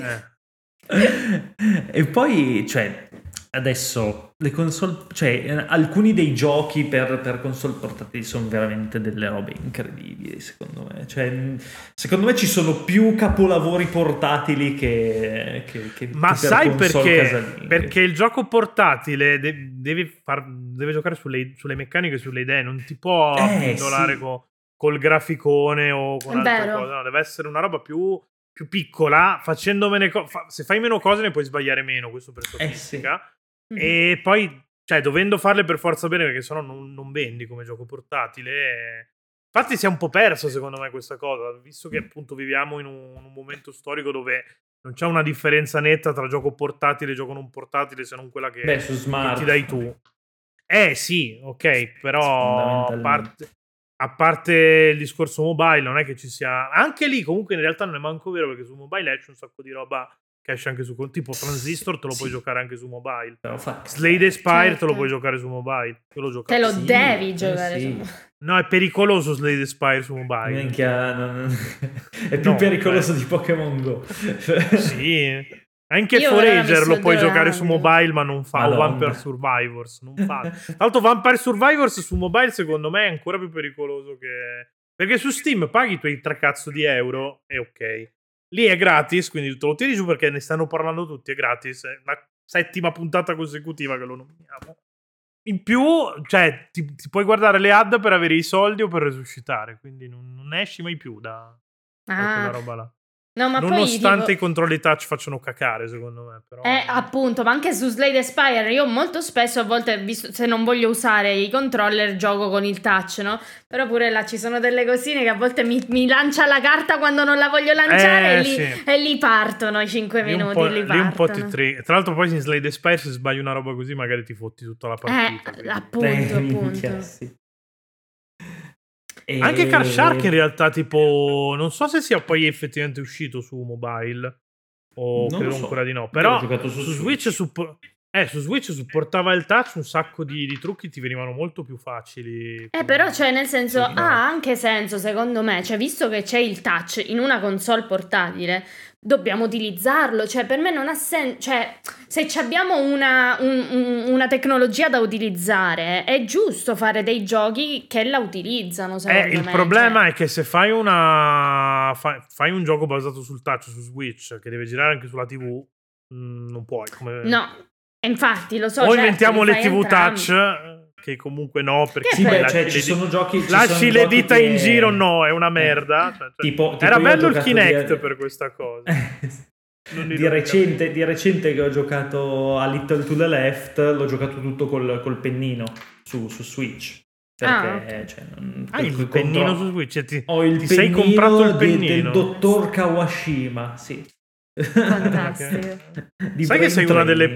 E poi, cioè, adesso le console, cioè, alcuni dei giochi per console portatili sono veramente delle robe incredibili, secondo me. Cioè, secondo me ci sono più capolavori portatili che ma che sai perché? Perché il gioco portatile deve giocare sulle meccaniche, sulle idee, non ti può abbindolare col graficone o con altre cose, no, deve essere una roba più piccola, facendo se fai meno cose ne puoi sbagliare meno, questo per statistica. E poi, cioè, dovendo farle per forza bene, perché sennò non vendi come gioco portatile. Infatti si è un po' perso secondo me questa cosa, visto che appunto viviamo in un momento storico dove non c'è una differenza netta tra gioco portatile e gioco non portatile, se non quella che su smart ti dai tu. Sì, ok, però a parte il discorso mobile, non è che ci sia... Anche lì comunque in realtà non è manco vero, perché su mobile c'è un sacco di roba che esce anche su... Tipo Transistor te lo puoi giocare anche su mobile. Slade Spire te lo puoi giocare su mobile. Io l'ho giocato. Te lo devi giocare su mobile. No, è pericoloso Slade Spire su mobile. È più pericoloso di Pokémon Go. Sì. Anche Io Forager lo puoi giocare su adorando. mobile, ma non fa. O Madonna. Vampire Survivors non fa. Tra l'altro Vampire Survivors su mobile secondo me è ancora più pericoloso che... Perché su Steam paghi i tuoi 3 cazzo di euro e ok. Lì è gratis, quindi te lo tiri giù perché ne stanno parlando tutti, è gratis. È la 7ª puntata consecutiva che lo nominiamo. In più, cioè, ti puoi guardare le ad per avere i soldi o per resuscitare, quindi non esci mai più da quella roba là. No, ma Nonostante poi i controlli touch facciano cacare, secondo me. Però... appunto, ma anche su Slay the Spire io molto spesso, a volte, visto, se non voglio usare i controller, gioco con il touch, no? Però pure là ci sono delle cosine che a volte mi lancia la carta quando non la voglio lanciare e lì partono i 5 minuti. Lì un po' ti tra l'altro poi in Slay the Spire se sbagli una roba così magari ti fotti tutta la partita. Appunto. Minchia, sì. Anche Car Shark in realtà tipo non so se sia poi effettivamente uscito su mobile o Non credo lo so. ancora di no, Io però l'ho giocato su Switch su Switch supportava il touch, un sacco di trucchi ti venivano molto più facili. Però cioè nel senso Sì, no. ha anche senso secondo me, cioè visto che c'è il touch in una console portatile dobbiamo utilizzarlo, cioè per me non ha senso, cioè se abbiamo una tecnologia da utilizzare è giusto fare dei giochi che la utilizzano secondo me. Il problema è che se fai fai un gioco basato sul touch su Switch che deve girare anche sulla TV, non puoi. No, infatti lo so. O certo, inventiamo li le fai TV entrambi. touch, che comunque no, perché Sì, beh, cioè, ci sono giochi. lasci le dita in giro, no, è una merda. Tipo era io ho bello il giocato Kinect per questa cosa. Di recente che ho giocato a Little to the Left, l'ho giocato tutto col pennino su Switch. Perché il pennino su Switch? Ho il ti sei comprato il pennino del dottor Kawashima, sì. Fantastico. Sai che sei una delle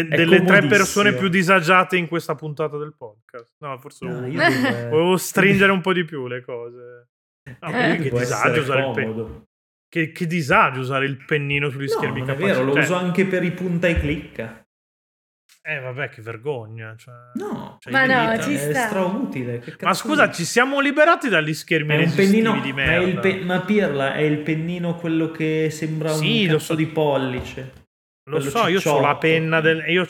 3 persone più disagiate in questa puntata del podcast? No, forse volevo stringere un po' di più le cose. No, che disagio usare il pennino. Che disagio usare il pennino sugli schermi non è vero, lo uso anche per i punta e clicca. Vabbè, che vergogna. Ma no, ci sta. È strautile. Ma scusa, ci siamo liberati dagli schermi resistivi di merda. Ma Pirla è il pennino quello che sembra un cazzo di pollice. Lo so, io ho la penna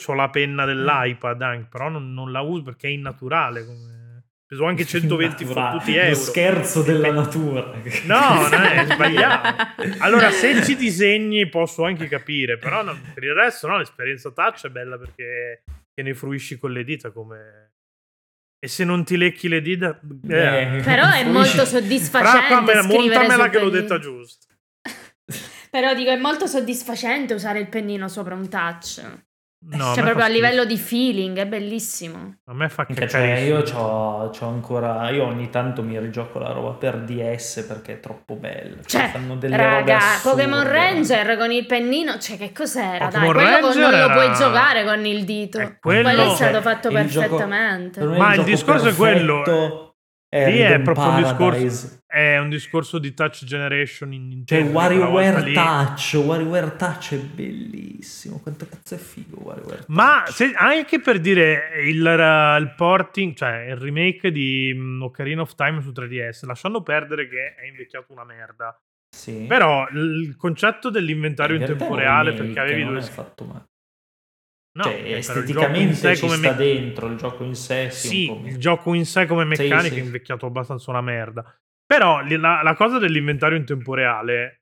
dell'iPad anche, però non la uso perché è innaturale. Peso anche 120 fottuti euro. Lo scherzo della natura. No, è sbagliato. Allora, se ci disegni posso anche capire, però per il resto no, l'esperienza touch è bella perché ne fruisci con le dita come... E se non ti lecchi le dita... Però è molto soddisfacente montamela che l'ho detta giusto. Però dico, è molto soddisfacente usare il pennino sopra un touch. No, cioè proprio a livello di feeling è bellissimo. A me fa cacare. Io c'ho ancora, io ogni tanto mi rigioco la roba per DS perché è troppo bella. Fanno delle raga, Pokémon Ranger con il pennino, cioè che cos'era? Pokémon dai, quello Ranger non lo puoi giocare con il dito. Quello è stato fatto perfettamente. Ma il discorso è quello. Lì è proprio un discorso. È un discorso di touch generation in cioè WarioWare Touch è bellissimo. Quanto cazzo è figo WarioWare Touch. Ma anche per dire il porting, cioè il remake di Ocarina of Time su 3DS, lasciando perdere che è invecchiato una merda. Sì. Però il concetto dell'inventario in tempo reale, perché avevi non è fatto male. No, cioè, esteticamente ci sta dentro il gioco in sé. Il gioco in sé come meccanica è invecchiato abbastanza una merda. Però la cosa dell'inventario in tempo reale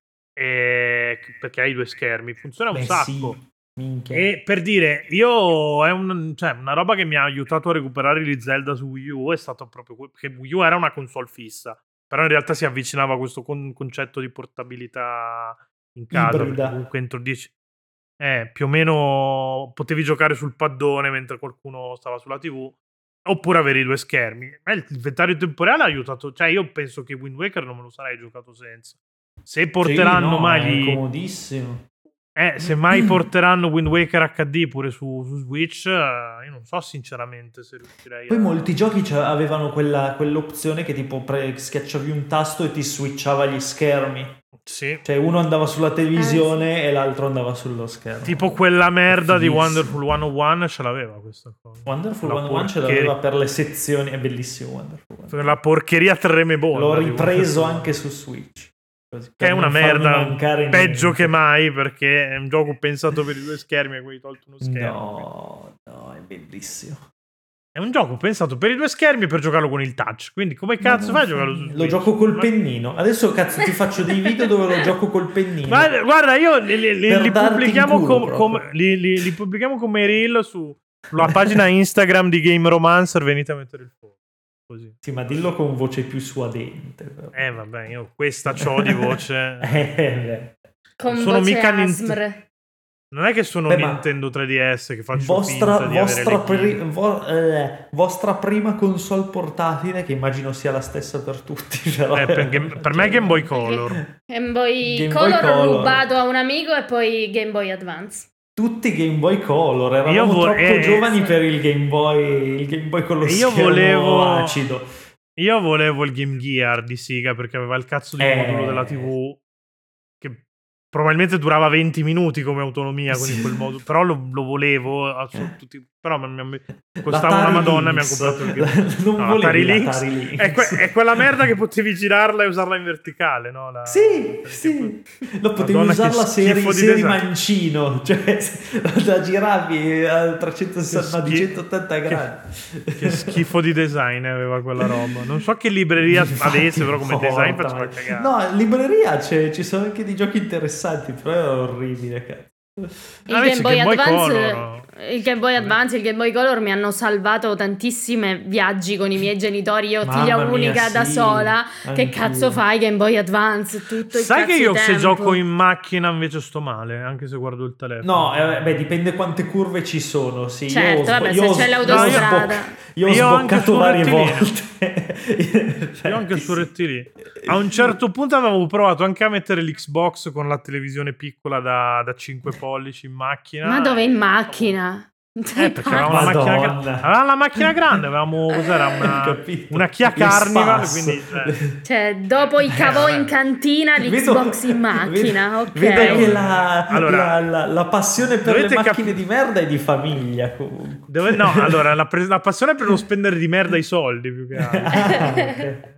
è perché hai 2 schermi funziona un sacco. E per dire, io è una roba che mi ha aiutato a recuperare gli Zelda su Wii U è stato proprio che Wii U era una console fissa, però in realtà si avvicinava a questo concetto di portabilità in casa. Comunque entro 10 più o meno potevi giocare sul paddone mentre qualcuno stava sulla TV, oppure avere i 2 schermi. L'inventario temporale ha aiutato, cioè io penso che Wind Waker non me lo sarei giocato senza. Se porteranno mai è comodissimo. Se mai porteranno Wind Waker HD pure su Switch, io non so sinceramente se riuscirei. Poi molti giochi avevano quell'opzione che tipo schiacciavi un tasto e ti switchava gli schermi. Sì. Cioè uno andava sulla televisione e l'altro andava sullo schermo. Tipo quella merda di Wonderful 101 ce l'aveva questa cosa. Wonderful 101 ce l'aveva per le sezioni, è bellissimo Wonderful 101. Per la porcheria tremebonda. L'ho ripreso anche su Switch. Che è una merda, peggio che mai, perché è un gioco pensato per i 2 schermi e poi hai tolto uno schermo. No, è bellissimo. È un gioco pensato per i 2 schermi per giocarlo con il touch. Quindi come cazzo fai a giocarlo su Switch? Lo gioco col pennino. Adesso cazzo ti faccio dei video dove lo gioco col pennino. Guarda, io li pubblichiamo come reel sulla pagina Instagram di Game Romancer. Venite a mettere il fuoco. Così. Sì, ma dillo con voce più suadente. Però. Vabbè, io questa c'ho di voce. Con sono voce mica asmr. Non è che sono Nintendo 3DS che faccio vostra prima console portatile, che immagino sia la stessa per tutti. Però. Per me è Game Boy Color. Game Boy Color rubato a un amico e poi Game Boy Advance. Tutti Game Boy Color, eravamo troppo giovani per il Game Boy con lo schermo acido. Io volevo il Game Gear di Sega perché aveva il cazzo di modulo della TV che probabilmente durava 20 minuti come autonomia con quel modulo, però lo volevo però costava una madonna e mi ha comprato il Game Atari Lynx. È quella merda che potevi girarla e usarla in verticale, no? Sì. Lo potevi usarla serie mancino, cioè la giravi a 180 gradi. Che schifo di design aveva quella roba. Non so che libreria avesse, però come design faceva cagare. No, libreria ci sono anche dei giochi interessanti, però è orribile, cazzo. Il Game Boy Advance e il Game Boy Color mi hanno salvato tantissimi viaggi con i miei genitori. Io figlia unica da sola. Che cazzo fai Game Boy Advance? Tutto il sai che io se gioco in macchina invece sto male, anche se guardo il telefono. No, dipende quante curve ci sono. Sì, certo, se c'è l'autostrada. Io ho sboccato varie volte. Io anche su rettilineo. A un certo punto avevo provato anche a mettere l'Xbox con la televisione piccola da 5 pollici in macchina. Ma dove in macchina? Perché avevamo la macchina grande, avevamo una Kia Carnival, quindi cioè dopo i cavò in cantina, l'Xbox in macchina. Ok. Vedo che la passione per le macchine di merda è di famiglia comunque. La passione è per non spendere di merda i soldi più che altro.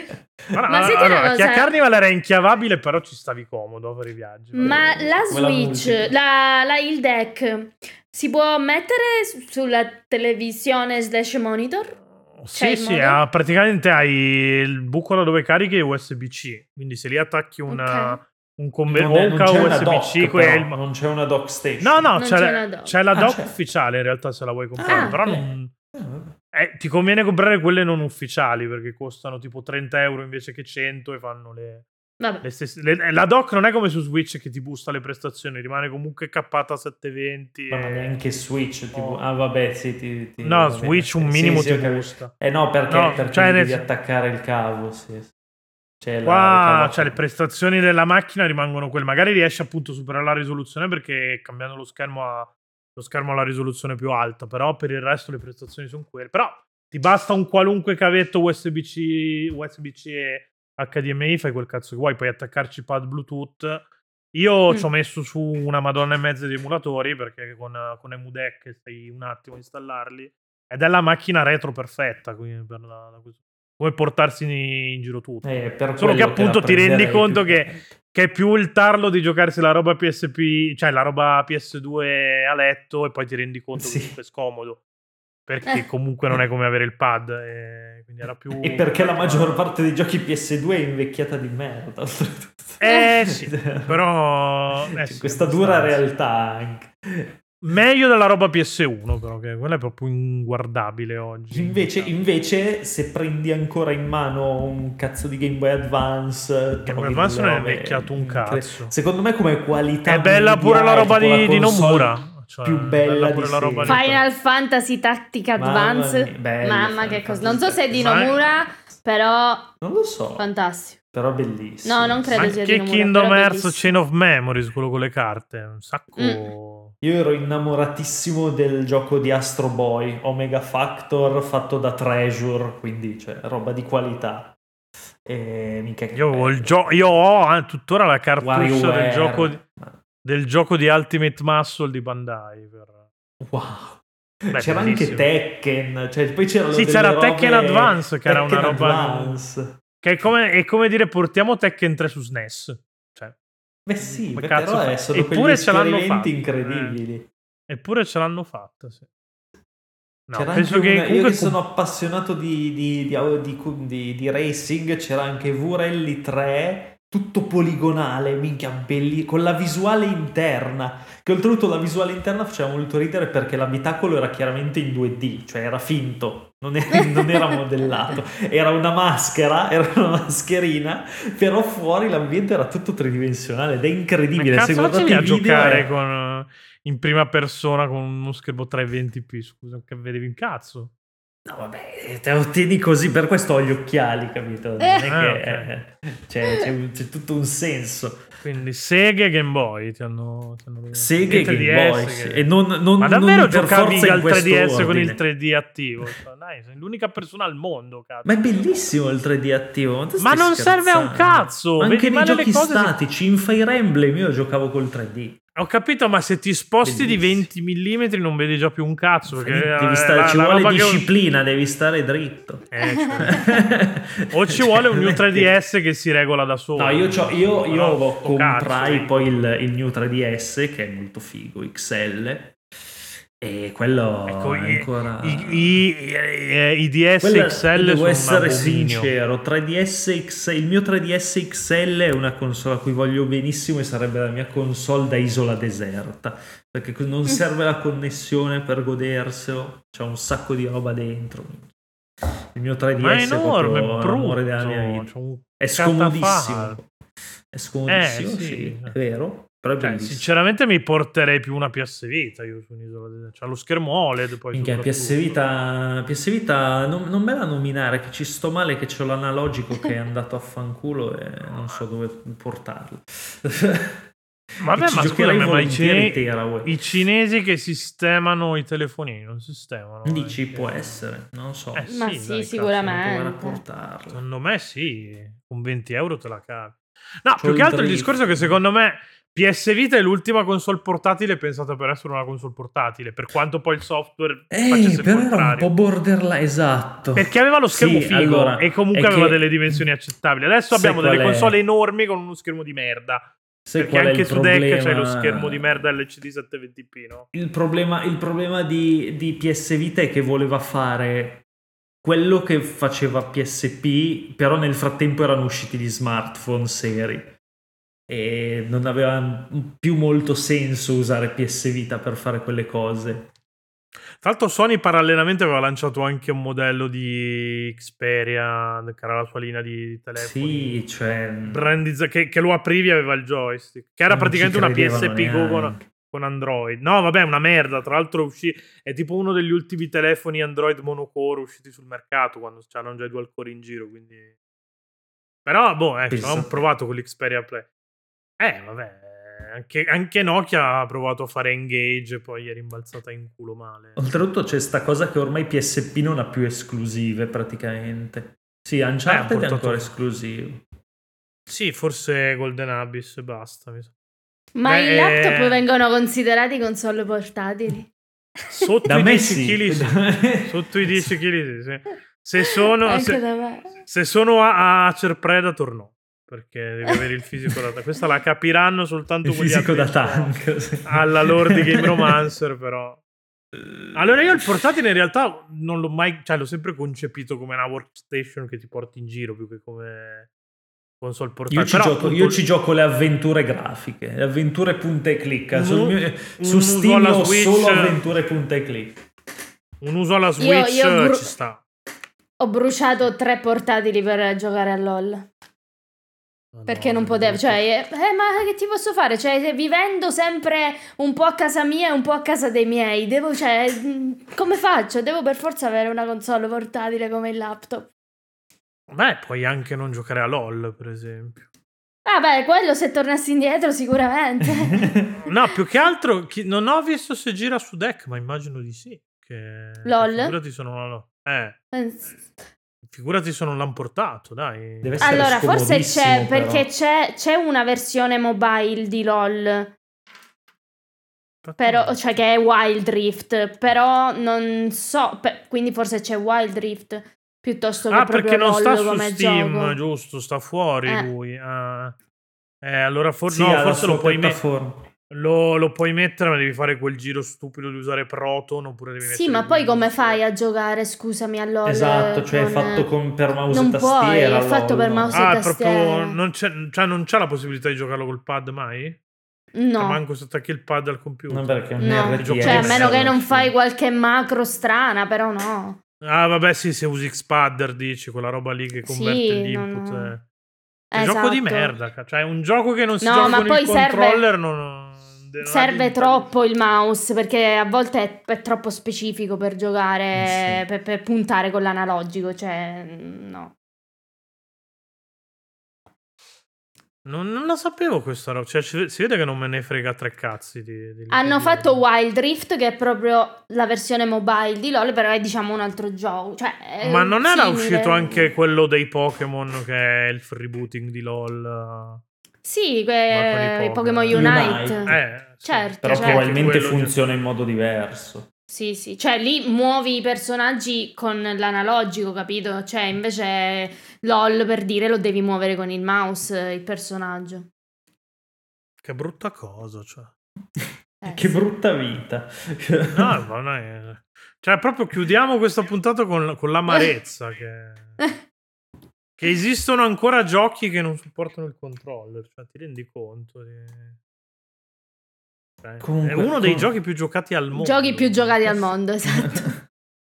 Ma Kia Carnival era inchiavabile, però ci stavi comodo a fare i viaggi. Ma la Switch, il deck si può mettere sulla televisione / monitor? Sì, praticamente hai il buco da dove carichi e USB-C, quindi se lì attacchi un USB-C non c'è una dock station. No, c'è la dock ufficiale in realtà se la vuoi comprare, però ti conviene comprare quelle non ufficiali perché costano tipo 30 euro invece che 100 e fanno le stesse. La dock non è come su Switch che ti boosta le prestazioni, rimane comunque cappata a 720. Ma neanche Switch Switch un minimo ti boosta. Perché devi attaccare il cavo. Le prestazioni della macchina rimangono quelle. Magari riesci appunto a superare la risoluzione perché cambiando lo schermo alla risoluzione più alta, però per il resto le prestazioni sono quelle. Però ti basta un qualunque cavetto USB-C e HDMI, fai quel cazzo che vuoi, puoi attaccarci pad Bluetooth. Io ci ho messo su una madonna e mezza di emulatori perché con EmuDeck stai un attimo a installarli ed è la macchina retro perfetta, quindi come portarsi in giro tutto. Solo che appunto ti rendi conto che è più il tarlo di giocarsi la roba PSP, cioè la roba PS2 a letto, e poi ti rendi conto che è scomodo perché comunque non è come avere il pad, quindi era più. E perché la maggior parte dei giochi PS2 è invecchiata di merda. Sì, però questa dura realtà anche. Meglio della roba PS1, però, che quella è proprio inguardabile oggi. Invece se prendi ancora in mano un cazzo di Game Boy Advance, Game Boy Advance non è invecchiato un cazzo. Secondo me come qualità è bella pure la roba di Nomura. Più bella di la roba Final Fantasy Tactic Advance. Mamma che cosa. Non so se è di Nomura, però non lo so. Fantastico. Però bellissimo. No, non credo sia di Nomura. Che Kingdom Hearts Chain of Memories, quello con le carte, un sacco. Io ero innamoratissimo del gioco di Astro Boy, Omega Factor, fatto da Treasure, quindi roba di qualità. Io ho tuttora la cartuccia del gioco di Ultimate Muscle di Bandai. Wow. C'era anche Tekken, poi c'era c'era Tekken Advance che era una roba Che è come dire portiamo Tekken 3 su SNES. Cioè, beh sì, cazzo però sono eppure ce l'hanno esperimenti fatto. incredibili. Eppure ce l'hanno fatta, sì. No, C'era penso anche che io comunque che sono appassionato di racing, c'era anche V-Rally 3, tutto poligonale, minchia belli, con la visuale interna, che oltretutto la visuale interna faceva molto ridere perché l'abitacolo era chiaramente in 2D, cioè era finto, non era modellato, era una maschera, era una mascherina, però fuori l'ambiente era tutto tridimensionale ed è incredibile. Ma se cazzo guardate facevi a i video giocare in prima persona con uno schermo 320p, scusa, che vedevi un cazzo? No, vabbè, te lo tieni così, per questo ho gli occhiali, capito? Non è che okay. c'è tutto un senso. Quindi Sega e Game Boy ti hanno Sega e Game Boy, sì. E ma davvero non per giocavi forza in al 3DS con il ordine. 3D attivo? Cioè, dai, sei l'unica persona al mondo, cazzo. Ma è bellissimo il 3D attivo. Ma non serve a un cazzo. Ma anche vedi nei giochi cose statici, in Fire Emblem io giocavo col 3D. Ho capito, ma se ti sposti Bellissimo. di 20 mm non vedi già più un cazzo. Perché Devi stare, ci vuole disciplina, devi stare dritto. O ci vuole un New 3DS che si regola da solo. No, io comprai poi il New 3DS che è molto figo, XL. E quello ancora i DS XL devo sono essere un sincero, 3DS XL, il mio 3DS XL è una console a cui voglio benissimo e sarebbe la mia console da isola deserta, perché non serve la connessione per goderselo, c'è un sacco di roba dentro. Il mio 3DS è proprio l'amore della mia vita. È scomodissimo. È scomodissimo, sì, è vero. Cioè, sinceramente mi porterei più una PS Vita io su un'isola deserta. C'ha lo schermo OLED poi. Minchia, PS Vita non me la nominare, che ci sto male, che c'ho l'analogico che è andato a fanculo e non so dove portarlo. Vabbè, ma scusami, ma i cinesi che sistemano i telefonini non sistemano. Dici, può essere, non so. Ma sì, sicuramente. Secondo me sì, con 20 euro te la cavi. No, più che altro il discorso è che secondo me PS Vita è l'ultima console portatile pensata per essere una console portatile, per quanto poi il software facesse però il era un po' borderline, esatto. Perché aveva lo schermo figo e comunque aveva delle dimensioni accettabili. Adesso abbiamo delle console enormi con uno schermo di merda. Perché anche su Deck c'è lo schermo di merda LCD 720p, no? Il problema di PS Vita è che voleva fare quello che faceva PSP, però nel frattempo erano usciti gli smartphone seri e non aveva più molto senso usare PS Vita per fare quelle cose. Tra l'altro Sony parallelamente aveva lanciato anche un modello di Xperia, che era la sua linea di telefoni. Sì, cioè che lo aprivi e aveva il joystick, che era praticamente una PSP Go con Android. No, vabbè, una merda. Tra l'altro è tipo uno degli ultimi telefoni Android monocore usciti sul mercato quando c'erano già i dual core in giro, quindi. Però, avevamo provato con l'Xperia Play. Vabbè. Anche Nokia ha provato a fare Engage e poi è rimbalzata in culo male. Oltretutto c'è sta cosa che ormai PSP non ha più esclusive praticamente. Sì, Uncharted è ancora esclusivo. Sì, forse Golden Abyss e basta. Ma i laptop vengono considerati console portatili? Sotto i 10 kg sì. Sotto i 10 kg sì. Se sono a Acer Predator no. Perché devi avere il fisico da tank. Questa la capiranno soltanto il fisico da tank alla lore di Game Romancer, però. Allora io il portatile in realtà non l'ho mai, cioè l'ho sempre concepito come una workstation che ti porti in giro più che come console portatile. Io ci gioco le avventure grafiche, le avventure punta e clicca. Su Steam ho solo avventure punta e click. Un uso alla Switch ci sta. Ho bruciato 3 portatili per giocare a LOL. Perché non potevo, cioè, ma che ti posso fare? Cioè, vivendo sempre un po' a casa mia e un po' a casa dei miei, come faccio? Devo per forza avere una console portatile come il laptop. Beh, puoi anche non giocare a LOL, per esempio. Beh, quello se tornassi indietro sicuramente. No, più che altro, non ho visto se gira su Deck, ma immagino di sì. LOL? Figurati se non Figurati se non l'hanno portato, dai. Allora, forse c'è, perché c'è una versione mobile di LOL. Però, cioè che è Wild Rift, però non so, quindi forse c'è Wild Rift. piuttosto che proprio perché non LOL sta su come Steam, gioco. giusto? Sta fuori lui. Allora Sì, ha la forse sua piattaforma. lo puoi mettere, ma devi fare quel giro stupido di usare Proton, oppure devi mettere Sì, ma poi come Windows. fai a giocare, scusami, a LOL Esatto, cioè è fatto per mouse e Non puoi, tastiera. è fatto per mouse e Ah, tastiera. proprio non c'è la possibilità di giocarlo col pad mai? No. Cioè, manco se attacchi il pad al computer. No, perché è un No, RTS. cioè a meno che non fai alla qualche macro strana, però no. Ah, vabbè, sì, se usi Xpadder, dici, quella roba lì che converte Sì, l'input. no. È un gioco di Esatto. merda, cioè un gioco che non si No, gioca ma con poi il controller non serve troppo il mouse, perché a volte è troppo specifico per giocare, Sì. per puntare con l'analogico, cioè no. Non la sapevo questa roba, cioè si vede che non me ne frega tre cazzi Hanno fatto Wild Rift, che è proprio la versione mobile di LoL, però è diciamo un altro gioco, cioè, ma non era simile. uscito anche quello dei Pokémon, che è il freebooting di LoL? Sì, i Pokémon Unite. Sì. Certo, però certo. probabilmente funziona in modo diverso. Sì, cioè lì muovi i personaggi con l'analogico, capito? Cioè invece LOL, per dire, lo devi muovere con il mouse, il personaggio. Che brutta cosa, cioè. Che brutta vita. No, ma non è... Cioè proprio chiudiamo questa puntata con l'amarezza che esistono ancora giochi che non supportano il controller, cioè ti rendi conto? Comunque, è uno dei giochi più giocati al mondo. Giochi più giocati al mondo, esatto.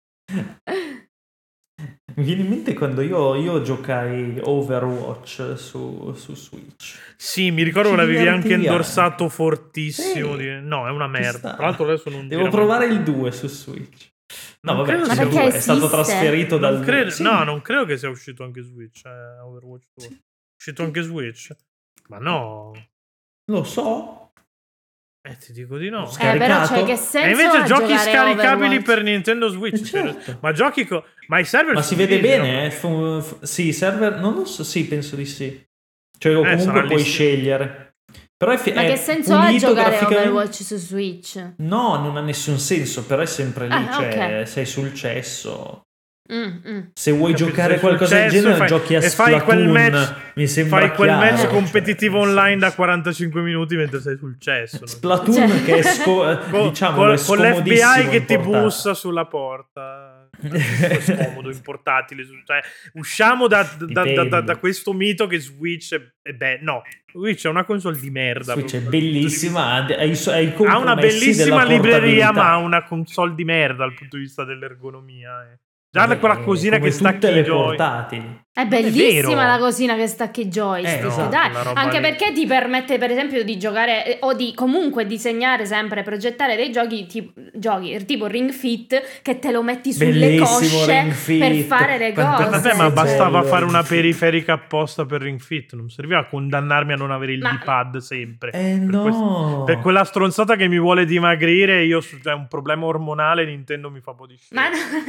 Mi viene in mente quando io giocai Overwatch su Switch. Sì, mi ricordo che l'avevi anche endorsato fortissimo. Sì, no, è una merda. Tra l'altro adesso non devo provare il 2 su Switch. No, non vabbè, credo sia è stato trasferito dal... No, non credo che sia uscito anche Switch, Overwatch 2. È uscito anche Switch? Ma no. Lo so. Ti dico di no. Però cioè, che senso e invece giochi scaricabili Overwatch? per Nintendo Switch. Certo. Ma giochi ma i server si vede bene, sì, i server non lo so, sì, penso di sì. Cioè o comunque puoi scegliere. Però ma che senso ha giocare Overwatch su Switch? No, non ha nessun senso, però è sempre lì, cioè okay. sei sul cesso. Se vuoi giocare sei qualcosa del genere giochi a Splatoon. Mi sembra fai quel chiaro, match competitivo online da 45 45 minuti mentre sei sul cesso. Splatoon che è diciamo con l'FBI che ti bussa sulla porta. È scomodo in portatile, cioè, usciamo da questo mito che Switch no, Switch è una console di merda. Switch è bellissima, ha una bellissima libreria, ma ha una console di merda dal punto di vista dell'ergonomia. Già quella cosina che stacchi i portatili. È bellissima la cosina che stacchi i joystick, no, dai. Anche perché ti permette per esempio di giocare o di comunque disegnare sempre, progettare dei giochi tipo Ring Fit, che te lo metti sulle cosce per fare le cose. Vabbè, ma bastava fare una periferica apposta per Ring Fit, non serviva condannarmi a non avere il D-pad sempre. Per quella stronzata che mi vuole dimagrire, io cioè, un problema ormonale, Nintendo mi fa un po' di schifo. Ma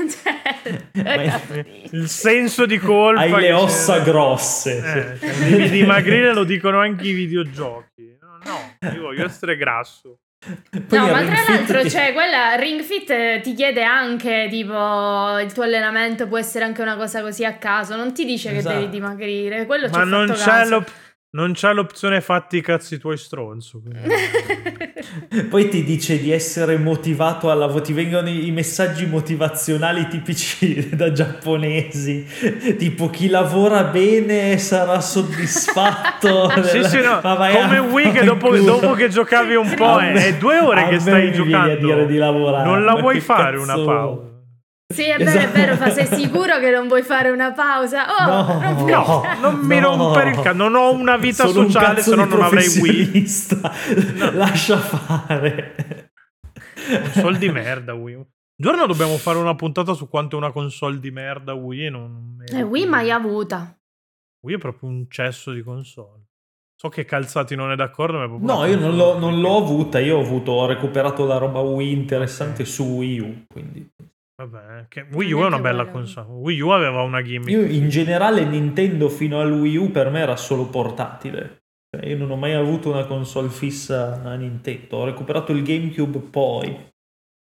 no, il senso di colpa. Hai le ossa grosse. Devi dimagrire, lo dicono anche i videogiochi. No, io voglio essere grasso. Poi no, ma tra l'altro, cioè, quella Ring Fit ti chiede anche, tipo, il tuo allenamento può essere anche una cosa così a caso. Non ti dice che devi dimagrire. Quello ma non c'è l'opzione fatti i cazzi tuoi stronzo. Poi ti dice di essere motivato ti vengono i messaggi motivazionali tipici da giapponesi, tipo chi lavora bene sarà soddisfatto. Sì, no. Come Wii che dopo che giocavi un po' è 2 ore che stai giocando. A dire di lavorare. Non la vuoi fare una pausa? Sì, è vero, sei sicuro che non vuoi fare una pausa? No, non mi rompere il cazzo. Non ho una vita sociale, se no non avrei Wii. Lascia fare. Console di merda Wii. Un giorno dobbiamo fare una puntata su quanto è una console di merda Wii. Wii mai avuta. Wii è proprio un cesso di console. So che Calzati non è d'accordo, ma è proprio no, io non l'ho avuta. Io ho recuperato la roba Wii interessante su Wii U, quindi... Vabbè, che Wii U è una bella console. Wii U aveva una gimmick. Io in generale Nintendo fino al Wii U per me era solo portatile. Cioè, io non ho mai avuto una console fissa a Nintendo. Ho recuperato il GameCube poi.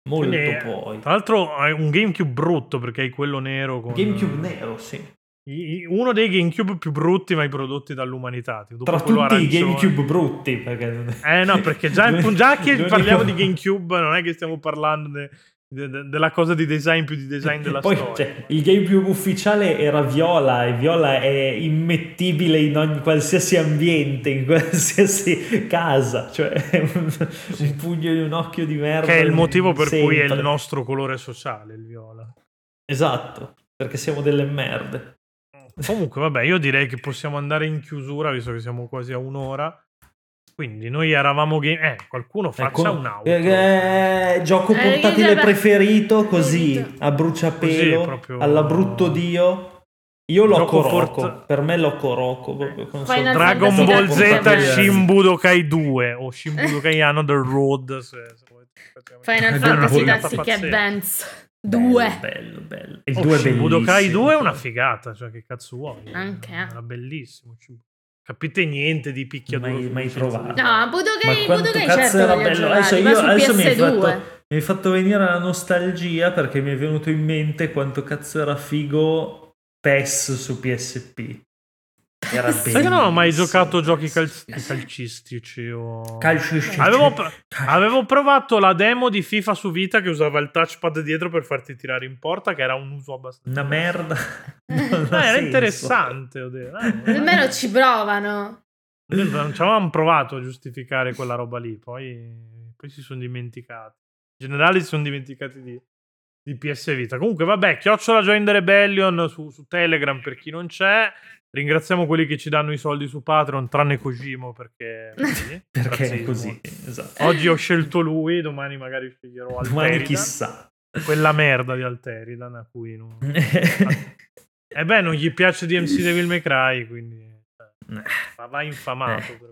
Molto Quindi, poi. Tra l'altro è un GameCube brutto perché hai quello nero. GameCube nero, sì. Uno dei GameCube più brutti mai prodotti dall'umanità. Tra tutti i GameCube brutti. Perché... no, perché già che parliamo di GameCube non è che stiamo parlando della cosa di design più di design della poi, storia. Cioè, il GameCube ufficiale era viola e viola è immettibile in qualsiasi ambiente, in qualsiasi casa, cioè è un pugno di un occhio di merda. Che è il motivo per sempre. cui è il nostro colore sociale, il viola. Esatto, perché siamo delle merde. Comunque vabbè, io direi che possiamo andare in chiusura visto che siamo quasi a un'ora. Quindi noi eravamo qualcuno faccia un auto. Gioco portatile preferito così a bruciapelo, così, proprio... alla brutto dio. Io Loco Roco, per me Loco Roco. Dragon Ball Z Shin Budokai 2 o Shin Budokai Another Road. Final Fantasy Tactics Advance 2. Bello. Il 2 è Shin Budokai bellissimo. 2 è una figata, cioè che cazzo vuoi? Anche. Era bellissimo. Capite niente di picchiaduro. Mai trovato. No, Budokai cazzo certo era bello. Adesso mi PS2. hai fatto venire la nostalgia perché mi è venuto in mente quanto cazzo era figo PES su PSP. Era bellissimo. Perché non ho mai giocato giochi calcistici o... Calcistici. Avevo provato la demo di FIFA su Vita che usava il touchpad dietro per farti tirare in porta, che era un uso abbastanza... Una merda. Era interessante. Almeno ci provano. Non ci avevamo provato a giustificare quella roba lì, poi si sono dimenticati. In generale si sono dimenticati di PS Vita. Comunque vabbè, @Join the Rebellion su Telegram per chi non c'è. Ringraziamo quelli che ci danno i soldi su Patreon, tranne Kojimo perché è così. Esatto. Oggi ho scelto lui, domani magari sceglierò Alteridan. Domani chissà. Quella merda di Alteridan a cui non... non gli piace DMC Devil May Cry, quindi va infamato.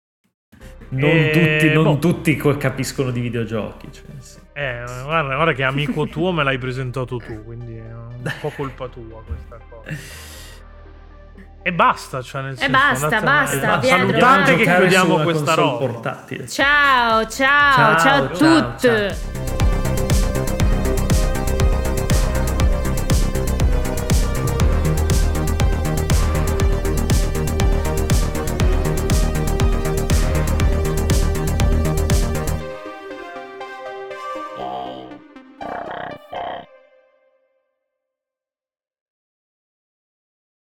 Non tutti capiscono di videogiochi. Cioè, sì. Guarda che amico tuo me l'hai presentato tu, quindi è un po' colpa tua questa cosa. E basta, cioè nel senso, basta. Salutate che chiudiamo questa roba. Ciao a tutti.